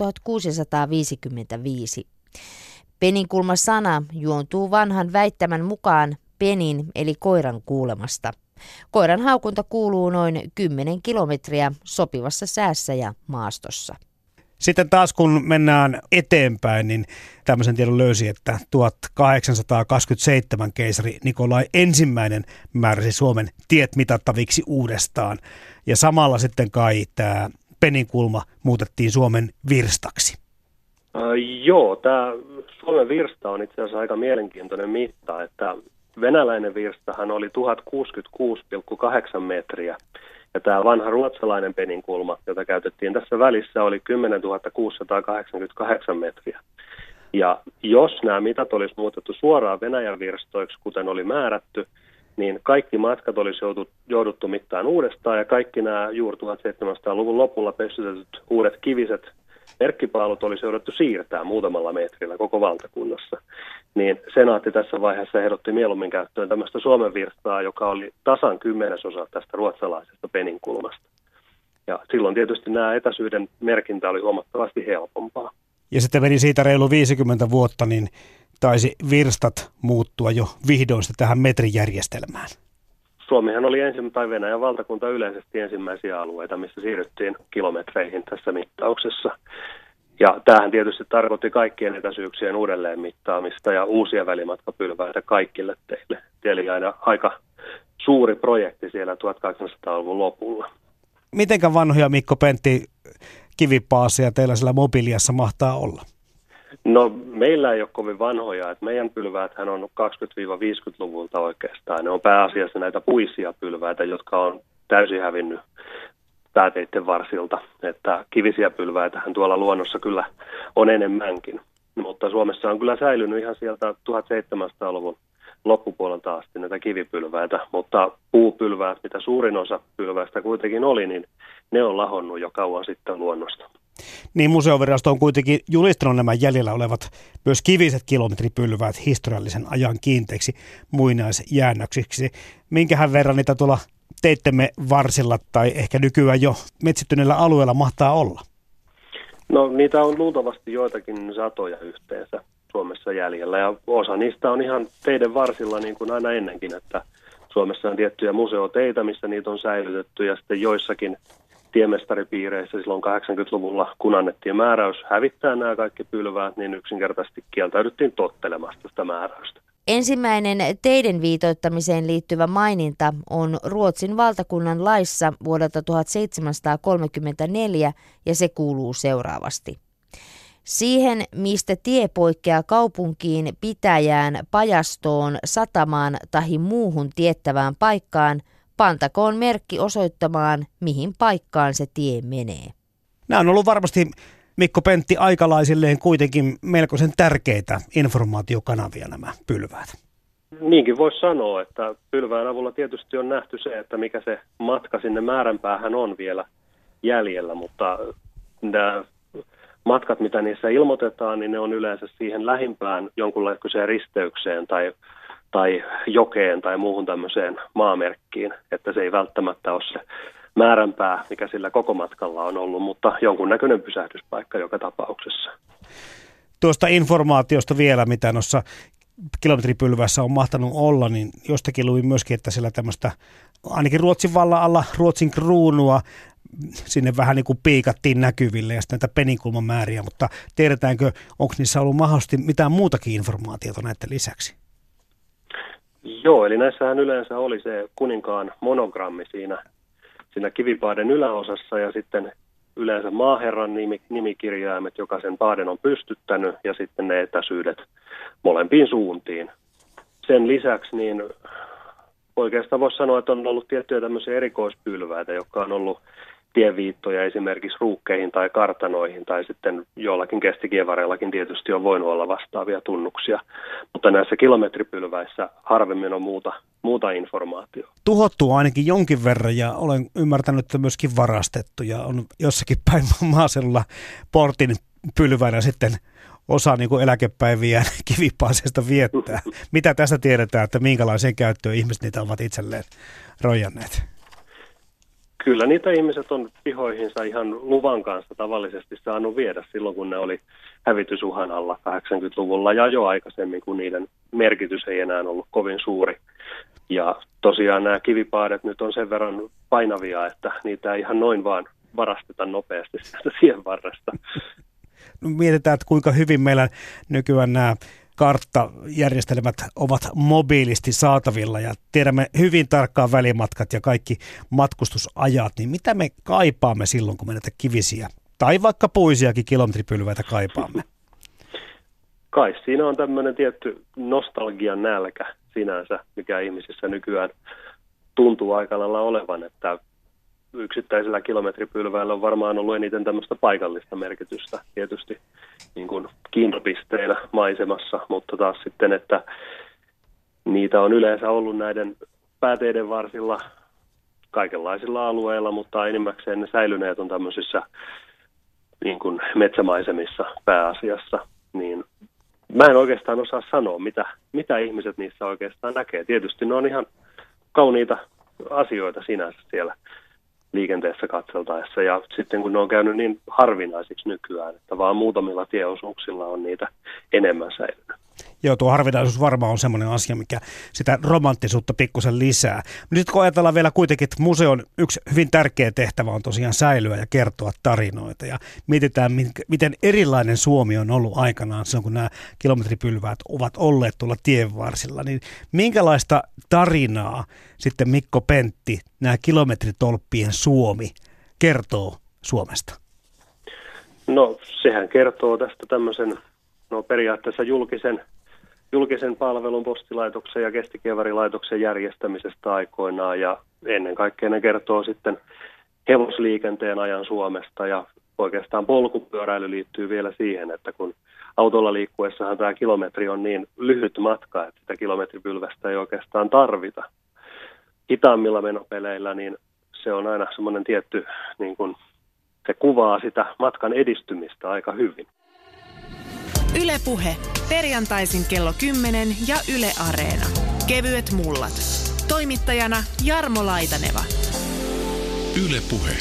Speaker 5: 1655. Peninkulma-sana juontuu vanhan väittämän mukaan penin eli koiran kuulemasta. Koiran haukunta kuuluu noin 10 kilometriä sopivassa säässä ja maastossa.
Speaker 3: Sitten taas kun mennään eteenpäin, niin tämmöisen tiedon löysi, että 1827 keisari Nikolai I määräsi Suomen tiet mitattaviksi uudestaan. Ja samalla sitten kai tämä peninkulma muutettiin Suomen virstaksi.
Speaker 6: Joo, tämä Suomen virsta on itse asiassa aika mielenkiintoinen mitta, että venäläinen virstahan oli 1066,8 metriä. Ja tämä vanha ruotsalainen peninkulma, jota käytettiin tässä välissä, oli 10 688 metriä. Ja jos nämä mitat olisi muutettu suoraan Venäjän virstoiksi, kuten oli määrätty, niin kaikki matkat olisi jouduttu mittaan uudestaan ja kaikki nämä juuri 1700-luvun lopulla pystytetyt uudet kiviset merkkipaalut olisi jouduttu siirtää muutamalla metrillä koko valtakunnassa. Niin senaatti tässä vaiheessa ehdotti mieluummin käyttöön tämmöistä Suomen virstaa, joka oli tasan 10% tästä ruotsalaisesta peninkulmasta. Ja silloin tietysti nämä etäisyyden merkintä oli huomattavasti helpompaa.
Speaker 3: Ja sitten meni siitä reilu 50 vuotta, niin taisi virstat muuttua jo vihdoin tähän metrijärjestelmään.
Speaker 6: Suomihan oli tai Venäjän valtakunta yleisesti ensimmäisiä alueita, missä siirryttiin kilometreihin tässä mittauksessa. Ja tämähän tietysti tarkoitti kaikkien etäisyyksien uudelleen mittaamista ja uusia välimatkapylväitä kaikille teille. Eli aika suuri projekti siellä 1800-luvun lopulla.
Speaker 3: Mitenkä vanhoja, Mikko Pentti, kivipaaseja teillä siellä Mobiliassa mahtaa olla?
Speaker 6: No meillä ei ole kovin vanhoja, että meidän pylvääthän on 20-50-luvulta oikeastaan. Ne on pääasiassa näitä puisia pylväitä, jotka on täysin hävinnyt pääteiden varsilta. Että kivisiä pylväitähän tuolla luonnossa kyllä on enemmänkin. Mutta Suomessa on kyllä säilynyt ihan sieltä 1700-luvun loppupuolelta asti näitä kivipylväitä. Mutta puupylväät, mitä suurin osa pylväistä kuitenkin oli, niin ne on lahonnut jo kauan sitten luonnosta.
Speaker 3: Niin museovirasto on kuitenkin julistanut nämä jäljellä olevat myös kiviset kilometripylväät historiallisen ajan kiinteiksi muinaisjäännöksiksi. Minkähän verran niitä tuolla teittemme varsilla tai ehkä nykyään jo metsittyneillä alueilla mahtaa olla?
Speaker 6: No niitä on luultavasti joitakin satoja yhteensä Suomessa jäljellä ja osa niistä on ihan teiden varsilla niin kuin aina ennenkin, että Suomessa on tiettyjä museoteitä, missä niitä on säilytetty ja sitten joissakin tiemestaripiireissä silloin 80-luvulla, kun annettiin määräys hävittää nämä kaikki pylväät, niin yksinkertaisesti kieltäydyttiin tottelemasta sitä määräystä.
Speaker 5: Ensimmäinen teiden viitoittamiseen liittyvä maininta on Ruotsin valtakunnan laissa vuodelta 1734 ja se kuuluu seuraavasti. Siihen, mistä tie poikkeaa kaupunkiin, pitäjään, pajastoon, satamaan tai muuhun tiettävään paikkaan, pantakoon merkki osoittamaan, mihin paikkaan se tie menee.
Speaker 3: Nämä on ollut varmasti, Mikko Pentti, aikalaisilleen kuitenkin melkoisen tärkeitä informaatiokanavia nämä pylväät.
Speaker 6: Niinkin voisi sanoa, että pylvään avulla tietysti on nähty se, että mikä se matka sinne määränpäähän on vielä jäljellä, mutta nämä matkat, mitä niissä ilmoitetaan, niin ne on yleensä siihen lähimpään jonkunlaiseen risteykseen tai jokeen tai muuhun tämmöiseen maamerkkiin, että se ei välttämättä ole se määränpää, mikä sillä koko matkalla on ollut, mutta jonkunnäköinen pysähdyspaikka joka tapauksessa.
Speaker 3: Tuosta informaatiosta vielä, mitä noissa kilometripylvässä on mahtanut olla, niin jostakin luin myöskin, että siellä tämmöistä, ainakin Ruotsin vallan alla, Ruotsin kruunua, sinne vähän niin kuin piikattiin näkyville ja sitten näitä peninkulmamääriä, mutta tiedetäänkö, onko niissä ollut mahdollisesti mitään muutakin informaatiota näiden lisäksi?
Speaker 6: Joo, eli näissähän yleensä oli se kuninkaan monogrammi siinä kivipaaden yläosassa ja sitten yleensä maaherran nimikirjaimet, joka sen paaden on pystyttänyt ja sitten ne etäisyydet molempiin suuntiin. Sen lisäksi niin oikeastaan voisi sanoa, että on ollut tiettyjä tämmöisiä erikoispylväitä, jotka on ollut tieviittoja esimerkiksi ruukkeihin tai kartanoihin tai sitten jollakin kestikievareillakin tietysti on voinut olla vastaavia tunnuksia, mutta näissä kilometripylväissä harvemmin on muuta informaatiota.
Speaker 3: Tuhottu ainakin jonkin verran ja olen ymmärtänyt, että myöskin varastettu ja on jossakin päin maaseudulla portin pylvänä sitten osa niin kuin eläkepäiviään kivipaasesta viettää. Mitä tästä tiedetään, että minkälaiseen käyttöön ihmiset niitä ovat itselleen rojanneet?
Speaker 6: Kyllä niitä ihmiset on pihoihinsa ihan luvan kanssa tavallisesti saanut viedä silloin, kun ne oli hävitysuhan alla 80-luvulla ja jo aikaisemmin, kun niiden merkitys ei enää ollut kovin suuri. Ja tosiaan nämä kivipaadet nyt on sen verran painavia, että niitä ei ihan noin vaan varasteta nopeasti sieltä tien varresta.
Speaker 3: Mietitään, että kuinka hyvin meillä nykyään nämä karttajärjestelmät ovat mobiilisti saatavilla ja tiedämme hyvin tarkkaan välimatkat ja kaikki matkustusajat, niin mitä me kaipaamme silloin, kun me näitä kivisiä tai vaikka puisiakin kilometripylväitä kaipaamme?
Speaker 6: Kai siinä on tämmöinen tietty nostalgian nälkä sinänsä, mikä ihmisissä nykyään tuntuu aika lailla olevan, että yksittäisellä kilometripylväillä on varmaan ollut eniten tämmöistä paikallista merkitystä tietysti niin kuin kiintopisteenä maisemassa, mutta taas sitten, että niitä on yleensä ollut näiden pääteiden varsilla kaikenlaisilla alueilla, mutta enimmäkseen ne säilyneet on tämmöisissä niin kuin metsämaisemissa pääasiassa, niin mä en oikeastaan osaa sanoa, mitä ihmiset niissä oikeastaan näkee. Tietysti ne on ihan kauniita asioita sinänsä siellä liikenteessä katseltaessa ja sitten kun ne on käynyt niin harvinaisiksi nykyään, että vaan muutamilla tieosuuksilla on niitä enemmän säilynyt.
Speaker 3: Joo, tuo harvinaisuus varmaan on semmoinen asia, mikä sitä romanttisuutta pikkusen lisää. Nyt kun ajatellaan vielä kuitenkin, että museon yksi hyvin tärkeä tehtävä on tosiaan säilyä ja kertoa tarinoita ja mietitään, miten erilainen Suomi on ollut aikanaan silloin, kun nämä kilometripylväät ovat olleet tuolla tien varsilla, niin minkälaista tarinaa sitten Mikko Pentti, nämä kilometritolppien Suomi, kertoo Suomesta?
Speaker 6: No sehän kertoo tästä tämmöisen periaatteessa julkisen palvelun postilaitoksen ja kestikievärilaitoksen järjestämisestä aikoinaan ja ennen kaikkea ne kertoo sitten hevosliikenteen ajan Suomesta ja oikeastaan polkupyöräily liittyy vielä siihen, että kun autolla liikkuessahan tämä kilometri on niin lyhyt matka, että sitä kilometripylvästä ei oikeastaan tarvita. Hitaammilla menopeleillä niin se on aina semmoinen tietty, niin kuin, se kuvaa sitä matkan edistymistä aika hyvin.
Speaker 1: Yle Puhe. Perjantaisin kello 10 ja Yle Areena. Kevyet mullat. Toimittajana Jarmo Laitaneva.
Speaker 2: Yle Puhe.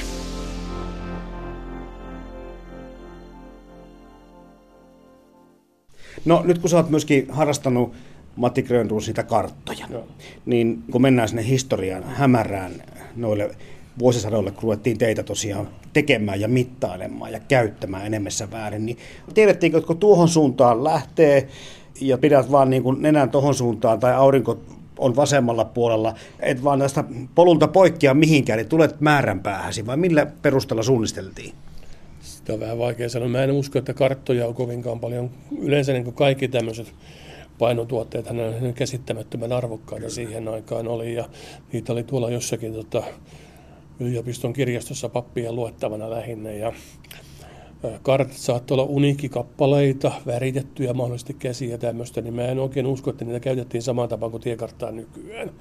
Speaker 3: No nyt kun sä oot myöskin harrastanut Matti Grönroos niitä karttoja, niin kun mennään sinne historiaan hämärään noille vuosisadoille, kun ruvettiin teitä tosiaan tekemään ja mittailemaan ja käyttämään enemmässä väärin, niin tiedettiinkö, että kun tuohon suuntaan lähtee ja pidät vaan niin kuin nenän tuohon suuntaan tai aurinko on vasemmalla puolella, et vaan tästä polulta poikkea mihinkään, niin tulet määränpäähäsi vai millä perusteella suunnisteltiin?
Speaker 4: Sitä on vähän vaikea sanoa. Mä en usko, että karttoja on kovinkaan paljon. Yleensä niin kuin kaikki tämmöiset painotuotteet hän käsittämättömän arvokkaita siihen aikaan oli ja niitä oli tuolla jossakin yliopiston kirjastossa pappien luettavana lähinnä ja kartat saattoi olla uniikkikappaleita, väritettyjä mahdollisesti käsiä ja tämmöistä, niin mä en oikein usko, että niitä käytettiin samaan tapaan kuin tiekarttaa nykyään.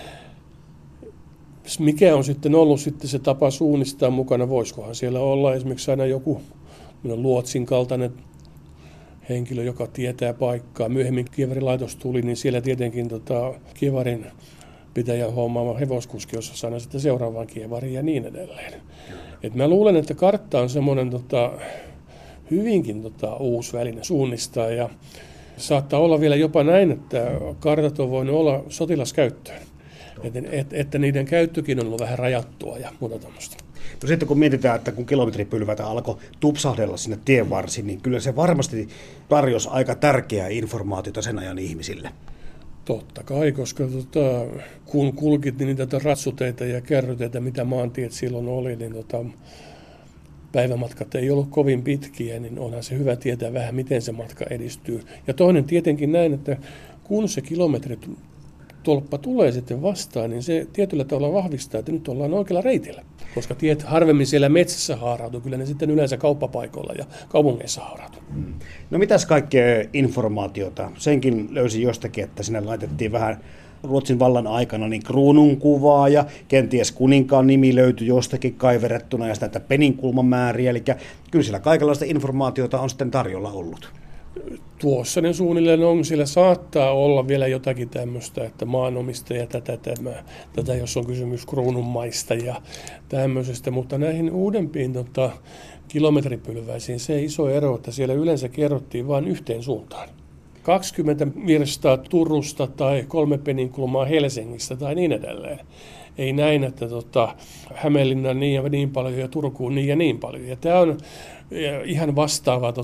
Speaker 4: Mikä on sitten ollut sitten se tapa suunnistaa mukana? Voisikohan siellä olla esimerkiksi aina joku luotsin kaltainen henkilö, joka tietää paikkaa. Myöhemmin kievarilaitos tuli, niin siellä tietenkin kievarin pitäjä hommaava hevoskuski, jossa saadaan sitten seuraavaan kievariin ja niin edelleen. Et mä luulen, että kartta on semmoinen hyvinkin uusi väline suunnistaa ja Saattaa olla vielä jopa näin, että kartat on voinut olla sotilaskäyttöön. Että niiden käyttökin on ollut vähän rajattua ja muuta tämmöistä.
Speaker 3: No sitten kun mietitään, että kun kilometripylväitä alkoi tupsahdella sinne tien varsiin, niin kyllä se varmasti tarjosi aika tärkeää informaatiota sen ajan ihmisille.
Speaker 4: Totta kai, koska kun kulkit niin niitä ratsuteita ja kärryteitä, mitä maantiet silloin oli, niin päivämatkat ei ollut kovin pitkiä, niin onhan se hyvä tietää vähän, miten se matka edistyy. Ja toinen tietenkin näin, että kun se kilometritolppa tulee sitten vastaan, niin se tietyllä tavalla vahvistaa, että nyt ollaan oikealla reitillä. Koska tiet harvemmin siellä metsässä haarautuu, kyllä ne sitten yleensä kauppapaikoilla ja kaupungeissa haarautuu.
Speaker 3: No mitäs kaikkea informaatiota? Senkin löysin jostakin, että sinne laitettiin vähän Ruotsin vallan aikana niin kruunun kuvaa ja kenties kuninkaan nimi löytyi jostakin kaiverettuna ja sitä peninkulmamääriä. Eli kyllä siellä kaikenlaista informaatiota on sitten tarjolla ollut.
Speaker 4: Tuossa ne suunnilleen on, siellä saattaa olla vielä jotakin tämmöistä, että maanomistaja tätä jos on kysymys kruununmaista ja tämmöisestä, mutta näihin uudempiin kilometripylväisiin se iso ero, että siellä yleensä kerrottiin vain yhteen suuntaan. 20 virstaa Turusta tai 3 peninkulmaa Helsingistä tai niin edelleen. Ei näin, että Hämeenlinnan niin ja niin paljon ja Turkuun niin ja niin paljon. Ja tämä on ihan vastaava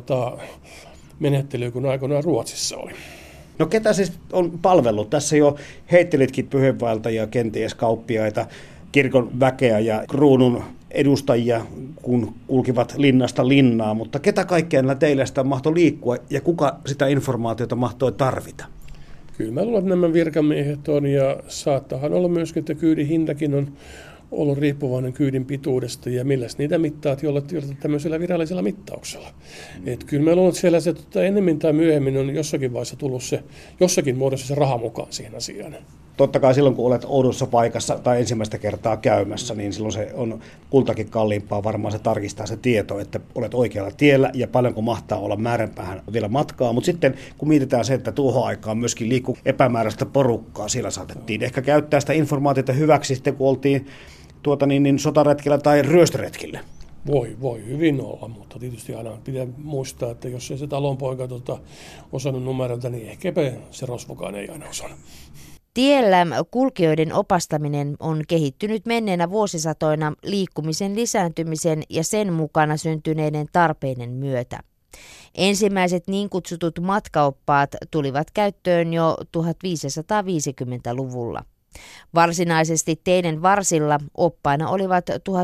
Speaker 4: menettely kuin aikoinaan Ruotsissa oli.
Speaker 3: No ketä siis on palvellut? Tässä jo heittelitkin pyhäinvaeltajia, kenties kauppiaita, kirkon väkeä ja kruunun edustajia, kun kulkivat linnasta linnaan, mutta ketä kaikkea näillä teillä sitä mahtoi liikkua ja kuka sitä informaatiota mahtoi tarvita?
Speaker 4: Kyllä mä luulen, että nämä virkamiehet on ja saattaahan olla myöskin, että kyydin hintakin on ollut riippuvainen kyydin pituudesta ja milläs niitä mittaat, joilla tämmöisellä virallisella mittauksella. Et kyllä mä luulen, että siellä se ennemmin tai myöhemmin on jossakin vaiheessa tullut se, jossakin muodossa se raha mukaan siihen asiaan.
Speaker 3: Totta kai silloin, kun olet oudossa paikassa tai ensimmäistä kertaa käymässä, niin silloin se on kultakin kalliimpaa varmaan se tarkistaa se tieto, että olet oikealla tiellä ja paljonko mahtaa olla määränpäähän vielä matkaa. Mutta sitten kun mietitään se, että tuohon aikaan myöskin liikkuu epämääräistä porukkaa, siellä saatettiin ehkä käyttää sitä informaatiota hyväksi sitten, kun oltiin sotaretkillä tai ryöstöretkillä.
Speaker 4: Voi hyvin olla, mutta tietysti aina pitää muistaa, että jos ei se talonpoika osannut numeroita, niin ehkäpä se rosvokaan ei aina osannut.
Speaker 5: Tiellä kulkijoiden opastaminen on kehittynyt menneenä vuosisatoina liikkumisen lisääntymisen ja sen mukana syntyneiden tarpeiden myötä. Ensimmäiset niin kutsutut matkaoppaat tulivat käyttöön jo 1550-luvulla. Varsinaisesti teiden varsilla oppaina olivat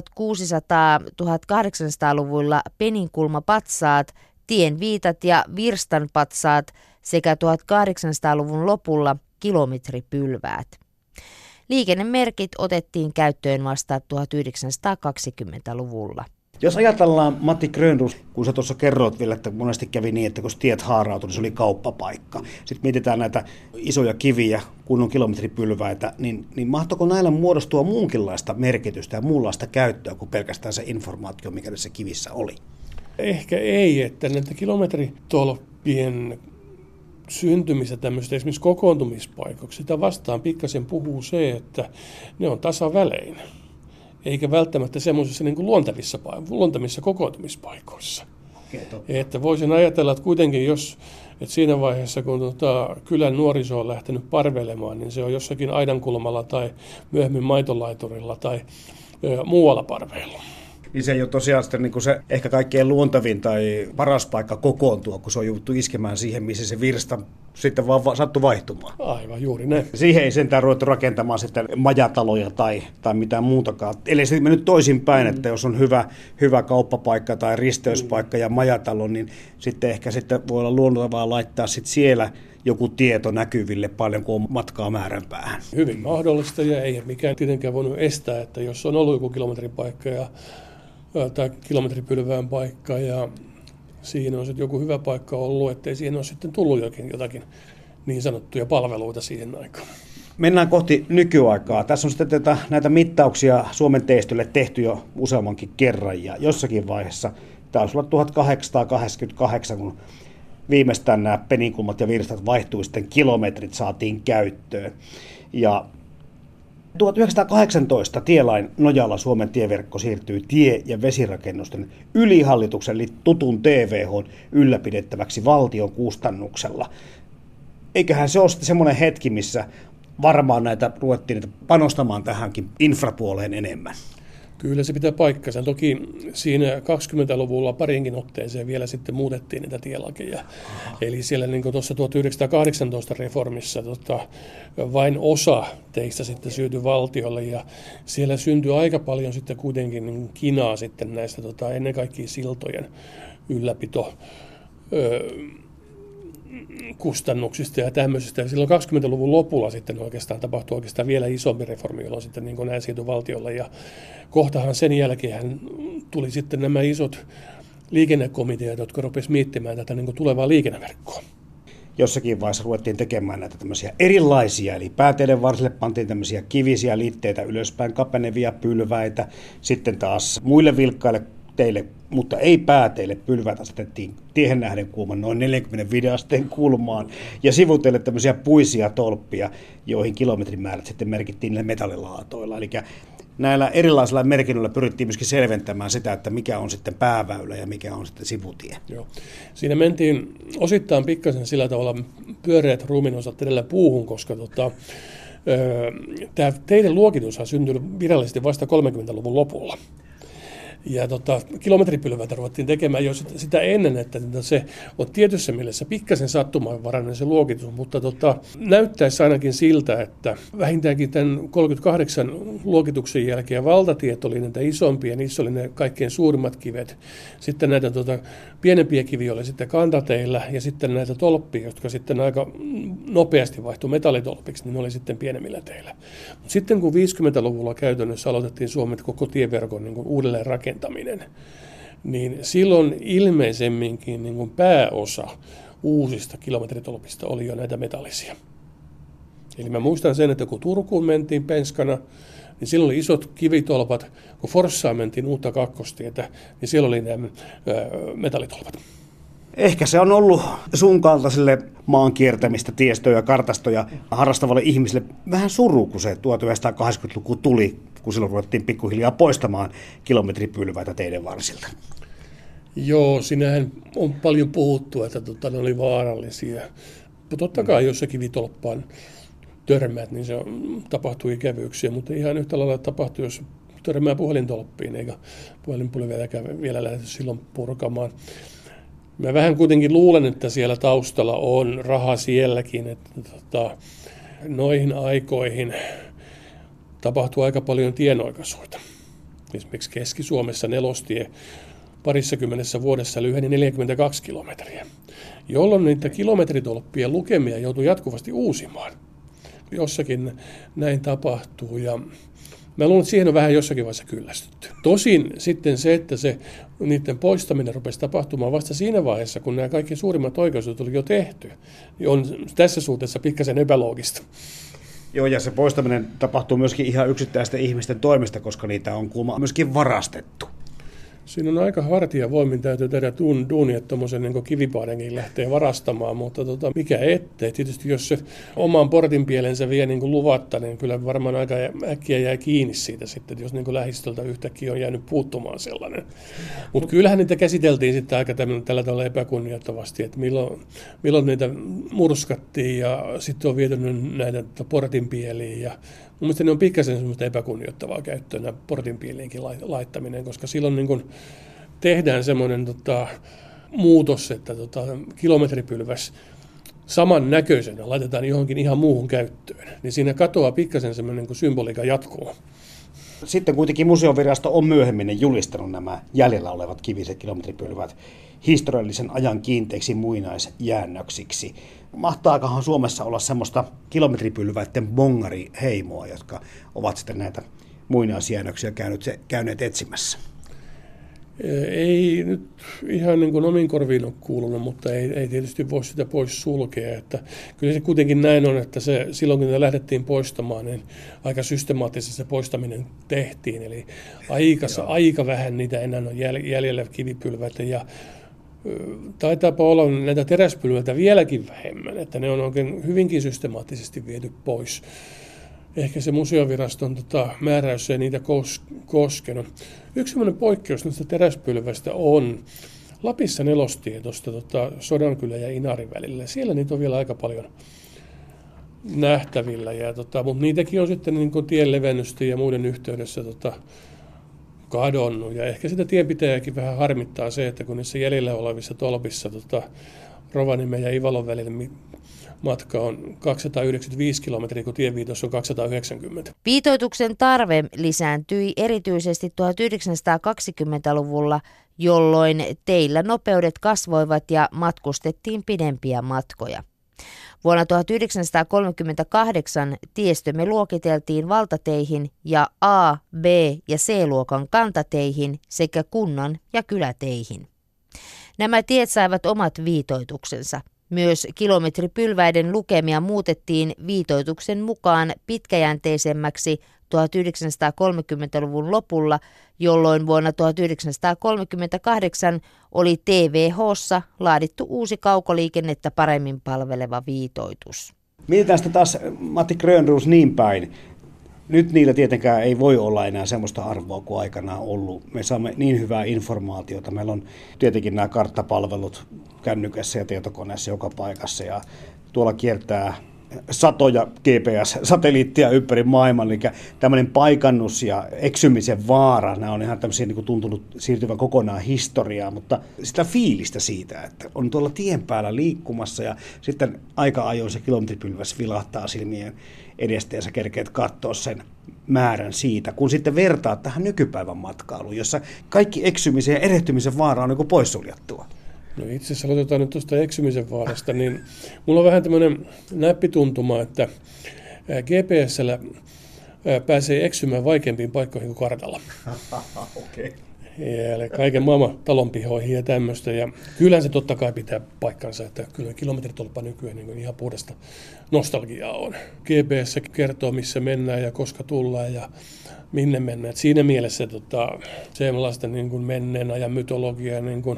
Speaker 5: 1600-1800-luvuilla peninkulmapatsaat, tienviitat ja virstanpatsaat sekä 1800-luvun lopulla kilometripylväät. Liikennemerkit otettiin käyttöön vasta 1920-luvulla.
Speaker 3: Jos ajatellaan Matti Grönroos, kun sä tuossa kerroit vielä, että monesti kävi niin, että kun tiet haarautui, niin se oli kauppapaikka. Sitten mietitään näitä isoja kiviä, kunnon kilometripylväitä, niin mahtoiko näillä muodostua muunkinlaista merkitystä ja muunlaista käyttöä kuin pelkästään se informaatio, mikä tässä kivissä oli?
Speaker 4: Ehkä ei, että näitä kilometritolppien syntymistä tämmöistä esimerkiksi kokoontumispaikoiksi, sitä vastaan pikkasen puhuu se, että ne on tasavälein. Eikä välttämättä semmoisissa niin kuin luontevissa kokoontumispaikoissa. Että voisin ajatella, että kuitenkin että siinä vaiheessa, kun kylän nuoriso on lähtenyt parvelemaan, niin se on jossakin aidankulmalla tai myöhemmin maitolaiturilla tai muualla parveilla.
Speaker 3: Niin se ei ole tosiaan sitten niin kuin se ehkä kaikkein luontevin tai paras paikka kokoontua, kun se on jouduttu iskemään siihen, missä se virsta sitten vaan sattui vaihtumaan.
Speaker 4: Aivan, juuri näin.
Speaker 3: Siihen ei sentään ruvettu rakentamaan sitten majataloja tai mitään muutakaan. Eli sitten mennyt toisinpäin, että jos on hyvä kauppapaikka tai risteyspaikka ja majatalo, niin sitten ehkä sitten voi olla luontevaa laittaa sitten siellä joku tieto näkyville paljon, kun on matkaa määränpäähän.
Speaker 4: Hyvin mahdollista ja ei mikään tietenkään voinut estää, että jos on ollut joku kilometripaikka tai kilometripylvään paikka ja siihen on sitten joku hyvä paikka ollut, ettei siihen ole sitten tullut jotakin niin sanottuja palveluita siihen aikaan.
Speaker 3: Mennään kohti nykyaikaa. Tässä on sitten näitä mittauksia Suomen teistölle tehty jo useammankin kerran ja jossakin vaiheessa taisi olla 1888, kun viimeistään nämä peninkulmat ja virstat vaihtui, sitten kilometrit saatiin käyttöön. Ja 1918 tielain nojalla Suomen tieverkko siirtyi tie- ja vesirakennusten ylihallituksen eli tutun TVH:n ylläpidettäväksi valtion kustannuksella. Eiköhän se ole sitten semmoinen hetki, missä varmaan näitä ruvettiin panostamaan tähänkin infrapuoleen enemmän.
Speaker 4: Kyllä se pitää paikkansa. Toki siinä 20-luvulla parinkin otteeseen vielä sitten muutettiin niitä tielakeja. Eli siellä niin tuossa 1918 reformissa vain osa teistä sitten syntyi valtiolle ja siellä syntyi aika paljon sitten kuitenkin niin kinaa sitten näistä ennen kaikkea siltojen ylläpito kustannuksista ja tämmöisistä. Ja silloin 20-luvun lopulla sitten tapahtui vielä isompi reformi, jolloin sitten niin nämä siirtyi valtiolle. Ja kohtahan sen jälkeen tuli sitten nämä isot liikennekomiteat, jotka rupesivat miettimään tätä niin tulevaa liikenneverkkoa.
Speaker 3: Jossakin vaiheessa ruvettiin tekemään näitä tämmöisiä erilaisia, eli pääteiden varsille pantiin tämmöisiä kivisiä liitteitä ylöspäin, kapenevia pylväitä, sitten taas muille vilkkaille teille, mutta ei pääteille, pylvät asetettiin tiehen nähden kulman noin 45 asteen kulmaan ja sivuteille tämmöisiä puisia tolppia, joihin kilometrimäärät sitten merkittiin niillä metallilaatoilla. Eli näillä erilaisilla merkinnöillä pyrittiin myöskin selventämään sitä, että mikä on sitten pääväylä ja mikä on sitten sivutie.
Speaker 4: Joo. Siinä mentiin osittain pikkasen sillä tavalla pyöreät ruumiinosat edellä puuhun, koska tämä teiden luokitushan syntyi virallisesti vasta 30-luvun lopulla. Ja kilometripylväitä ruvettiin tekemään jo sitä ennen, että se on tietyssä mielessä pikkasen sattumanvarainen se luokitus, mutta näyttäisi ainakin siltä, että vähintäänkin tämän 38 luokituksen jälkeen valtatiet oli näitä isompia, niissä oli ne kaikkein suurimmat kivet. Sitten näitä pienempiä kiviä oli sitten kantateillä ja sitten näitä tolppia, jotka sitten aika nopeasti vaihtui metallitolpiksi, niin ne oli sitten pienemmillä teillä. Mutta sitten kun 50-luvulla käytännössä aloitettiin Suomen koko tieverkon niin kuin uudelleen rakentaminen, niin silloin ilmeisemminkin niin kuin pääosa uusista kilometritolpista oli jo näitä metallisia. Eli mä muistan sen, että kun Turkuun mentiin penskana, niin silloin oli isot kivitolpat. Kun Forssaan mentiin uutta kakkostietä, niin siellä oli nämä metallitolpat.
Speaker 3: Ehkä se on ollut sun kaltaiselle maan kiertämistä, tiestöjä ja kartastoja harrastavalle ihmiselle vähän suru, kun se 1980-luku tuli, kun silloin ruvettiin pikkuhiljaa poistamaan kilometripylväitä teiden varsilta.
Speaker 4: Joo, siinähän on paljon puhuttu, että ne oli vaarallisia. Mutta totta kai, jos se kivitolppaan törmäät, niin se tapahtuu ikävyyksiä, mutta ihan yhtä lailla tapahtuu, jos törmää puhelintolppiin, eikä puhelinpylvääkään vielä lähdetä silloin purkamaan. Mä vähän kuitenkin luulen, että siellä taustalla on raha sielläkin, että noihin aikoihin tapahtuu aika paljon tienoikaisuita. Esimerkiksi Keski-Suomessa nelostie parissakymmenessä vuodessa lyheni 42 kilometriä, jolloin niitä kilometritolppien lukemia joutuu jatkuvasti uusimaan. Jossakin näin tapahtuu ja mä luulen, että siihen on vähän jossakin vaiheessa kyllästytty. Tosin sitten se, että niiden poistaminen rupesi tapahtumaan vasta siinä vaiheessa, kun nämä kaikki suurimmat oikaisut oli jo tehty, niin on tässä suhteessa pikkasen epäloogista.
Speaker 3: Joo, ja se poistaminen tapahtuu myöskin ihan yksittäisten ihmisten toimesta, koska niitä on kuulemma myöskin varastettu.
Speaker 4: Siinä on aika hartiavoimin täytyy tehdä duuni, että tuommoisen niin kivipaadenkin lähtee varastamaan, mutta mikä ettei. Tietysti jos se oman portinpielensä vie niin luvatta, niin kyllä varmaan aika äkkiä jää kiinni siitä sitten, jos niin lähistöltä yhtäkkiä on jäänyt puuttumaan sellainen. Mutta kyllähän niitä käsiteltiin sitten aika tällä tavalla epäkunnioittavasti, että milloin niitä murskattiin ja sitten on viety näitä portinpieliin ja mun mielestä ne on pikkasen semmoista epäkunnioittavaa käyttöä, nämä portinpieliinkin laittaminen, koska silloin niin kun tehdään semmoinen muutos, että kilometripylväs samannäköisenä laitetaan johonkin ihan muuhun käyttöön, niin siinä katoaa pikkasen semmoinen niin symboliikan jatkumo.
Speaker 3: Sitten kuitenkin museovirasto on myöhemmin julistanut nämä jäljellä olevat kiviset kilometripylvät historiallisen ajan kiinteiksi muinaisjäännöksiksi. Mahtaakohan Suomessa olla semmoista kilometripylväiden bongariheimoa, jotka ovat sitten näitä muinaisjäännöksiä käyneet etsimässä?
Speaker 4: Ei nyt ihan niin kuin omin korviin ole kuulunut, mutta ei tietysti voi sitä pois sulkea. Että kyllä se kuitenkin näin on, että silloin kun ne lähdettiin poistamaan, niin aika systemaattisesti se poistaminen tehtiin. Eli aika vähän niitä enää on jäljellä kivipylväitä ja taitaapa olla näitä teräspylväitä vieläkin vähemmän, että ne on oikein hyvinkin systemaattisesti viety pois. ehkä se museoviraston määräys ei niitä koskenut. Yksi sellainen poikkeus näistä teräspylväistä on Lapissa Nelostie tuosta Sodankylän ja Inarin välillä. Siellä niitä on vielä aika paljon nähtävillä, mutta niitäkin on sitten niin kuin tien levennysten ja muiden yhteydessä kadonnut. Ja ehkä sitä tienpitäjääkin vähän harmittaa se, että kun niissä jäljellä olevissa tolpissa Rovaniemen ja Ivalon välillä matka on 295 kilometriä, kun tieviitos on 290.
Speaker 5: Viitoituksen tarve lisääntyi erityisesti 1920-luvulla, jolloin teillä nopeudet kasvoivat ja matkustettiin pidempiä matkoja. Vuonna 1938 tiestömme luokiteltiin valtateihin ja A-, B- ja C-luokan kantateihin sekä kunnan- ja kyläteihin. Nämä tiet saivat omat viitoituksensa. Myös kilometripylväiden lukemia muutettiin viitoituksen mukaan pitkäjänteisemmäksi 1930-luvun lopulla, jolloin vuonna 1938 oli TVH:ssa laadittu uusi kaukoliikennettä paremmin palveleva viitoitus.
Speaker 3: Mietitään sitä taas, Matti Grönroos, niin päin. Nyt niillä tietenkään ei voi olla enää semmoista arvoa kuin aikanaan ollut. Me saamme niin hyvää informaatiota. Meillä on tietenkin nämä karttapalvelut kännykässä ja tietokoneessa joka paikassa. Ja tuolla kiertää satoja GPS-satelliittia ympäri maailman. Eli tämmöinen paikannus ja eksymisen vaara, nämä on ihan tämmöisiä niin kuin tuntunut siirtyvän kokonaan historiaan. Mutta sitä fiilistä siitä, että on tuolla tien päällä liikkumassa ja sitten aika ajoin se kilometripylväs vilahtaa silmien edestä ja sä kerkeet katsoa sen määrän siitä, kun sitten vertaat tähän nykypäivän matkailuun, jossa kaikki eksymisen ja erehtymisen vaara on niin poissuljettua.
Speaker 4: No itse asiassa aloitetaan nyt tuosta eksymisen vaarasta, niin mulla on vähän tämmöinen näppituntuma, että GPS:llä pääsee eksymään vaikeampiin paikkoihin kuin kartalla.
Speaker 3: Okay.
Speaker 4: Eli kaiken maailman talonpihoihin ja tämmöistä. Ja kyllähän se totta kai pitää paikkansa, että kyllä kilometritolppa nykyään niin ihan puhdasta nostalgiaa on. GPS kertoo, missä mennään ja koska tullaan ja minne mennään. Et siinä mielessä sellaista niin kuin menneen ajan mytologiaa niin kuin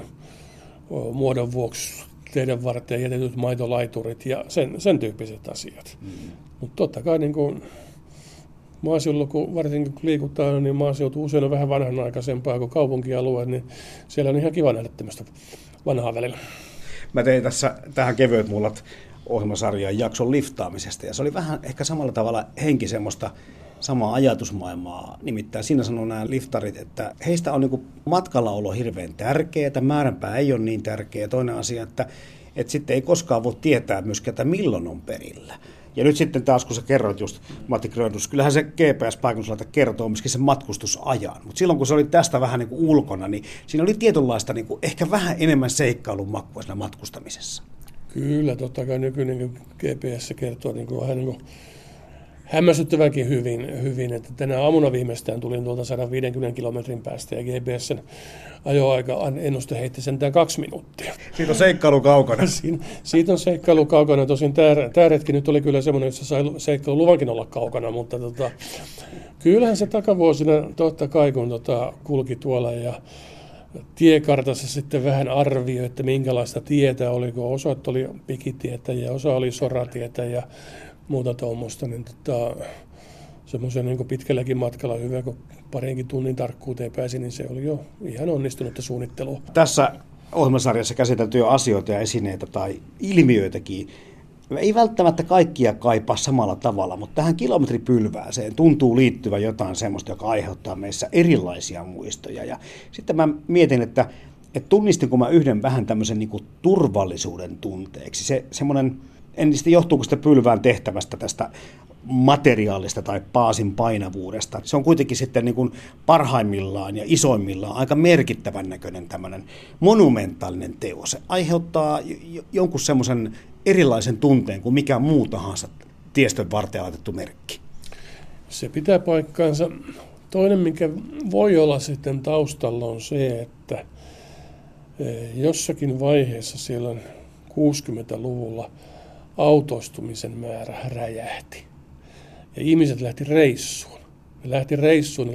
Speaker 4: muodon vuoksi teidän varten jätetyt maitolaiturit ja sen tyyppiset asiat. Mutta totta kai niin kuin maaseudulla, kun varsinkin kun liikutaan, niin maaseutu usein on vähän vanhanaikaisempaa kuin kaupunkialueet, niin siellä on ihan kiva nähdä tämmöistä vanhaa välillä.
Speaker 3: Mä tein tässä tähän Kevyet mullat -ohjelmasarjaan jakson liftaamisesta, ja se oli vähän ehkä samalla tavalla henki semmoista samaa ajatusmaailmaa. Nimittäin siinä sanoo nämä liftarit, että heistä on niin matkallaolo hirveän tärkeää, määränpää ei ole niin tärkeä. Toinen asia, että sitten ei koskaan voi tietää myöskään, että milloin on perillä. Ja nyt sitten taas, kun sä kerroit just, Matti Grönroos, kyllähän se GPS-paikannuslaite kertoo myöskin sen matkustusajan. Mutta silloin, kun se oli tästä vähän niin kuin ulkona, niin siinä oli tietynlaista niin kuin ehkä vähän enemmän seikkailun makua siinä matkustamisessa.
Speaker 4: Kyllä, totta kai nykyinen GPS kertoo niin kuin vähän niin kuin hämmästyttävänkin hyvin, että tänä aamuna viimeistään tulin tuolta 150 kilometrin päästä ja GPS:n ajoaika ennuste heitti sentään 2 minuuttia.
Speaker 3: Siitä on seikkailu kaukana.
Speaker 4: Siitä on seikkailu kaukana. Tosin tämä retki nyt oli kyllä semmoinen, jossa sai seikkailuluvankin olla kaukana, mutta kyllähän se takavuosina totta kai, kun kulki tuolla ja tiekartassa sitten vähän arvioi, että minkälaista tietä oli, kun osat oli pikitietä ja osa oli soratietä ja muuta tuommoista, niin semmoisen niin pitkälläkin matkalla hyvä, kun parinkin tunnin tarkkuuteen pääsi, niin se oli jo ihan onnistunutta suunnittelua.
Speaker 3: Tässä ohjelmasarjassa käsiteltyjä asioita ja esineitä tai ilmiöitäkin ei välttämättä kaikkia kaipaa samalla tavalla, mutta tähän kilometripylvääseen tuntuu liittyvä jotain semmoista, joka aiheuttaa meissä erilaisia muistoja. Ja sitten mä mietin, että tunnistinko mä yhden vähän tämmöisen niin kuin turvallisuuden tunteeksi. Se semmoinen, en sitten johtuuko sitä pylvään tehtävästä tästä materiaalista tai paasin painavuudesta. Se on kuitenkin sitten niin kuin parhaimmillaan ja isoimmillaan aika merkittävän näköinen tämmöinen monumentaalinen teos. Se aiheuttaa jonkun semmoisen erilaisen tunteen kuin mikä muu tahansa tiestön varteen laitettu merkki. Se pitää paikkaansa. Toinen, mikä voi olla sitten taustalla, on se, että jossakin vaiheessa siellä 60-luvulla autoistumisen määrä räjähti. Ja ihmiset lähti reissuun.
Speaker 4: Ne lähti reissuun,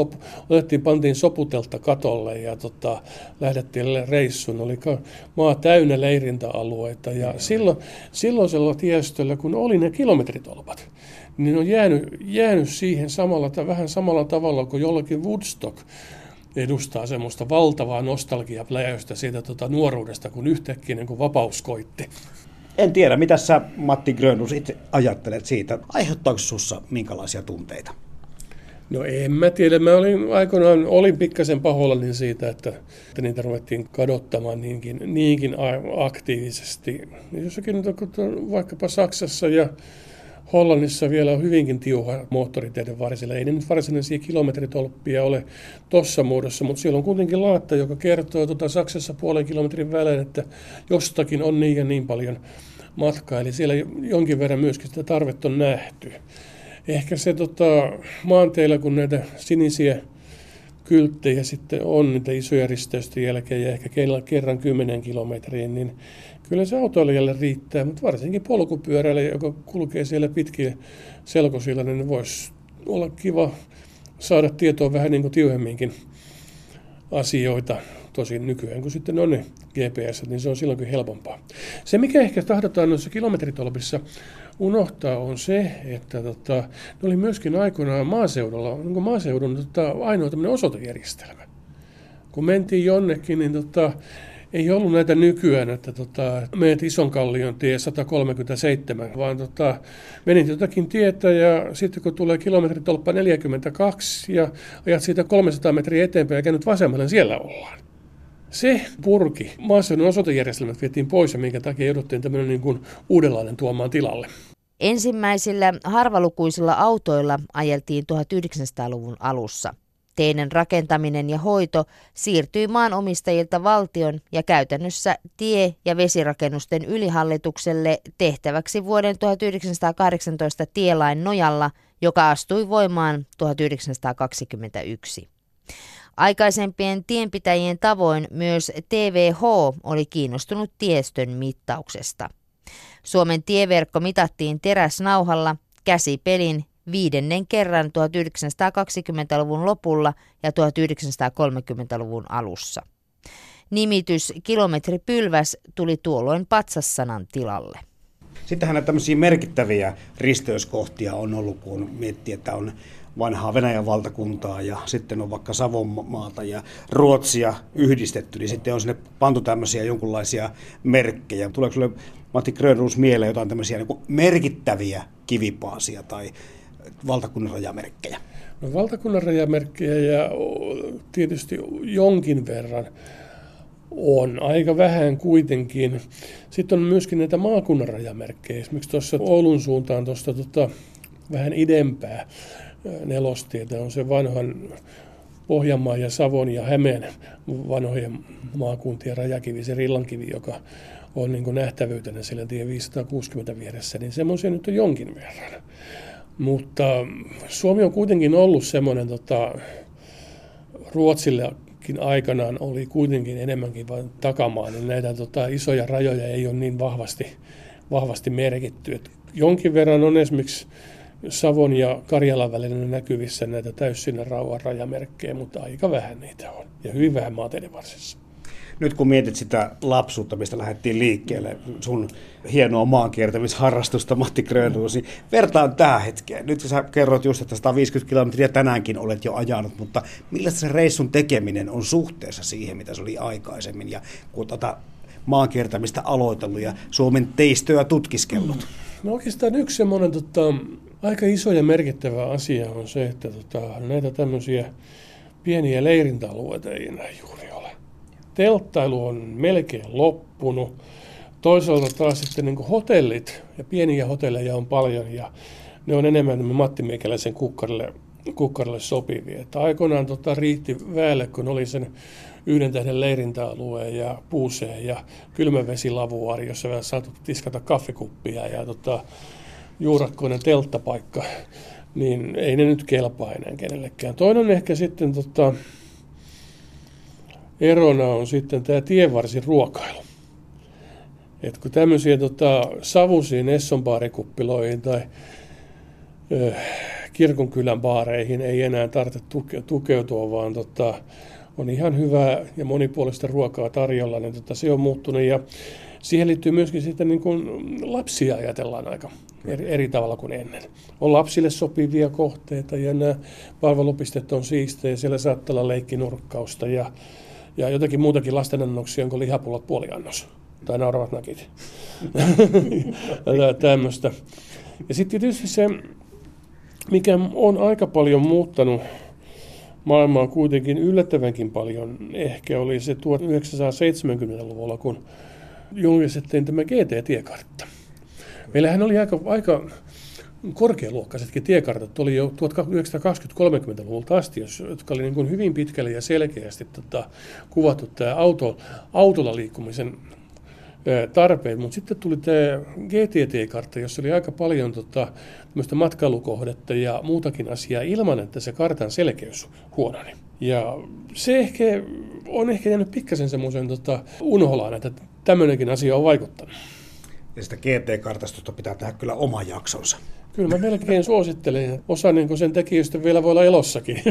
Speaker 4: pantiin soputelta katolle ja lähdettiin reissuun. Oli maa täynnä leirintäalueita ja silloisella tiestöllä, kun oli ne kilometritolpat, niin on jäänyt siihen vähän samalla tavalla kuin jollakin Woodstock edustaa semmoista valtavaa nostalgiapläjäystä siitä nuoruudesta, kun yhtäkkiä niin kuin vapaus koitti.
Speaker 3: En tiedä, mitä sä, Matti Grönroos, itse ajattelet siitä? Aiheuttaako sinussa minkälaisia tunteita?
Speaker 4: No en mä tiedä. Mä olin pikkasen pahoillani siitä, että niitä ruvettiin kadottamaan niinkin aktiivisesti. Jossakin vaikkapa Saksassa ja Hollannissa vielä on hyvinkin tiuha moottoriteiden varsilla. Ei ne nyt varsinaisia kilometritolppia ole tuossa muodossa, mutta siellä on kuitenkin laatta, joka kertoo Saksassa 0,5 kilometrin välein, että jostakin on niin ja niin paljon matkaa. Eli siellä jonkin verran myöskin sitä tarvetta on nähty. Ehkä se maanteilla, kun näitä sinisiä kylttejä sitten on niitä isoja risteysten jälkeen ja ehkä kerran 10 kilometriin, niin kyllä se autoilijalle riittää, mutta varsinkin polkupyörälle, joka kulkee siellä pitkin selkosilla, niin voisi olla kiva saada tietoa vähän niin kuin tiuhemminkin asioita. Tosin nykyään, kun sitten on ne GPS, niin se on silloinkin helpompaa. Se, mikä ehkä tahdotaan noissa kilometritolpissa unohtaa, on se, että ne oli myöskin aikoinaan maaseudulla, maaseudun ainoa tämmöinen osoitejärjestelmä. Kun mentiin jonnekin, niin ei ollut näitä nykyään, että menet Isonkallion tie 137, vaan menit jotakin tietä ja sitten kun tulee kilometritolppa 42 ja ajat siitä 300 metriä eteenpäin ja käännyt vasemmalle, niin siellä ollaan. Se purki. Maaseudun osoitejärjestelmät vietiin pois ja minkä takia jouduttiin tämmöinen niin kuin uudenlainen tuomaan tilalle.
Speaker 5: Ensimmäisillä harvalukuisilla autoilla ajeltiin 1900-luvun alussa. Teiden rakentaminen ja hoito siirtyi maanomistajilta valtion ja käytännössä tie- ja vesirakennusten ylihallitukselle tehtäväksi vuoden 1918 tielain nojalla, joka astui voimaan 1921. Aikaisempien tienpitäjien tavoin myös TVH oli kiinnostunut tiestön mittauksesta. Suomen tieverkko mitattiin teräsnauhalla käsipelin 5. kerran 1920-luvun lopulla ja 1930-luvun alussa. Nimitys kilometripylväs tuli tuolloin patsassanan tilalle.
Speaker 3: Sittenhän näitä tämmöisiä merkittäviä risteyskohtia on ollut, kun miettii, että on vanhaa Venäjän valtakuntaa ja sitten on vaikka Savonmaata ja Ruotsia yhdistetty, niin sitten on sinne pantu tämmöisiä jonkunlaisia merkkejä. Tuleeko sinulle, Matti Grönroos, mieleen jotain tämmöisiä niin kuin merkittäviä kivipaasia tai valtakunnan rajamerkkejä?
Speaker 4: No, valtakunnan rajamerkkejä ja tietysti jonkin verran on, aika vähän kuitenkin. Sitten on myöskin näitä maakunnan rajamerkkejä, esimerkiksi tuossa Oulun suuntaan tuosta vähän idempää nelostietä on se vanhan Pohjanmaan ja Savon ja Hämeen vanhojen maakuntien rajakivi, se Rillankivi, joka on niin kuin nähtävyytenä sillä tie 560 vieressä, niin semmoisia nyt on jonkin verran. Mutta Suomi on kuitenkin ollut semmoinen, Ruotsillekin aikanaan oli kuitenkin enemmänkin vain takamaan, niin näitä isoja rajoja ei ole niin vahvasti merkitty. Et jonkin verran on esimerkiksi Savon ja Karjalan välillä näkyvissä näitä täysin rauhan rajamerkkejä, mutta aika vähän niitä on ja hyvin vähän maateiden varsissa.
Speaker 3: Nyt kun mietit sitä lapsuutta, mistä lähdettiin liikkeelle, sun hienoa maankiertämisharrastusta, Matti Grönroos, niin vertaan tähän hetkeen. Nyt sä kerrot just, että 150 kilometriä tänäänkin olet jo ajanut, mutta millaista se reissun tekeminen on suhteessa siihen, mitä se oli aikaisemmin ja kun maankiertämistä aloitellut ja Suomen teistöä tutkiskellut?
Speaker 4: No oikeastaan yksi semmoinen aika iso ja merkittävä asia on se, että näitä tämmöisiä pieniä leirintäalueita ei enää juuri ole. Telttailu on melkein loppunut. Toisaalta taas sitten niin kuin hotellit ja pieniä hotelleja on paljon ja ne on enemmän Matti Meikäläisen kukkarille sopivia. Että aikoinaan riitti väelle, kun oli sen 1 tähden leirintäalueen ja puuseen ja kylmävesilavuaari, jossa vielä saatu tiskata kahvikuppia ja juurakkoinen telttapaikka, niin ei ne nyt kelpaa enää kenellekään. Toinen ehkä sitten erona on sitten tämä tienvarsin ruokailu. Et kun tämmöisiä savuisiin Esson baarikuppiloihin tai kirkonkylän baareihin ei enää tarvitse tukeutua, vaan on ihan hyvää ja monipuolista ruokaa tarjolla, niin se on muuttunut. Ja siihen liittyy myöskin sitten niin kuin lapsia ajatellaan aika eri tavalla kuin ennen. On lapsille sopivia kohteita ja nämä palvelupisteet on siistejä, siellä saattaa olla leikkinurkkausta ja jotakin muutakin lastenannoksia, onko lihapullot puoliannos tai nauravat nakit. Tämmöistä. Ja sitten tietysti se, mikä on aika paljon muuttanut maailmaa kuitenkin yllättävänkin paljon, ehkä oli se 1970-luvulla, kun julkistettiin tämä GT-tiekartta. Meillähän oli aika korkealuokkaisetkin tiekartat, oli jo 1920-30-luvulta asti, jotka oli niin kuin hyvin pitkälle ja selkeästi kuvattu tämä autolla liikkumisen tarpeet, mutta sitten tuli tämä GT-tiekartta, jossa oli aika paljon matkailukohdetta ja muutakin asiaa ilman, että se kartan selkeys huononi. Ja se on ehkä jäänyt pikkasen semmoisen unholaan, että tämmöinenkin asia on vaikuttanut.
Speaker 3: Ja sitä GT-kartastusta pitää tehdä kyllä oma jaksonsa.
Speaker 4: Kyllä mä melkein suosittelen. Osa niin sen tekijöistä vielä voi olla elossakin.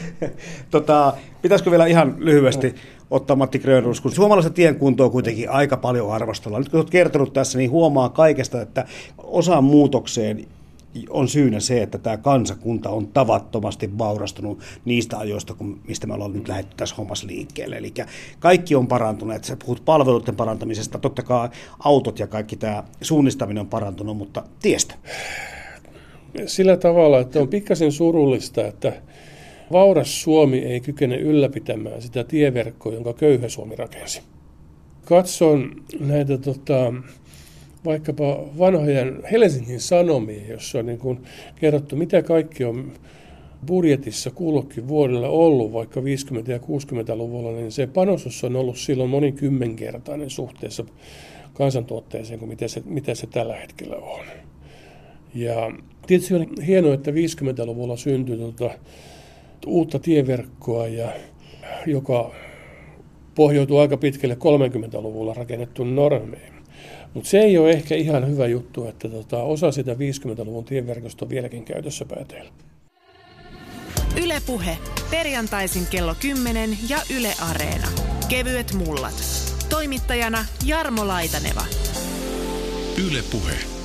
Speaker 3: Pitäisikö vielä ihan lyhyesti ottaa Matti Grönroos, kun suomalaisen tien kunto on kuitenkin aika paljon arvostellaan. Nyt kun olet kertonut tässä, niin huomaa kaikesta, että osaan muutokseen on syynä se, että tämä kansakunta on tavattomasti vaurastunut niistä ajoista, mistä me ollaan nyt lähdetty tässä hommassa liikkeelle. Eli kaikki on parantunut. Sä puhut palveluiden parantamisesta. Totta kai autot ja kaikki tämä suunnistaminen on parantunut, mutta tiestä.
Speaker 4: Sillä tavalla, että on pikkasen surullista, että vauras Suomi ei kykene ylläpitämään sitä tieverkkoa, jonka köyhä Suomi rakensi. Katson näitä vaikkapa vanhojen Helsingin Sanomia, jossa on niin kuin kerrottu, mitä kaikki on budjetissa kullokin vuodella ollut, vaikka 50- ja 60-luvulla, niin se panostus on ollut silloin monikymmenkertainen suhteessa kansantuotteeseen kuin mitä se tällä hetkellä on. Ja tietysti on hienoa, että 50-luvulla syntyi uutta tieverkkoa, joka pohjautuu aika pitkälle 30-luvulla rakennettuun normeihin. Mutta se ei ole ehkä ihan hyvä juttu, että osa sitä 50-luvun tieverkosta on vieläkin käytössä pääteillä.
Speaker 1: Yle Puhe. Perjantaisin kello 10 ja Yle Areena. Kevyet mullat. Toimittajana Jarmo Laitaneva.
Speaker 2: Yle Puhe.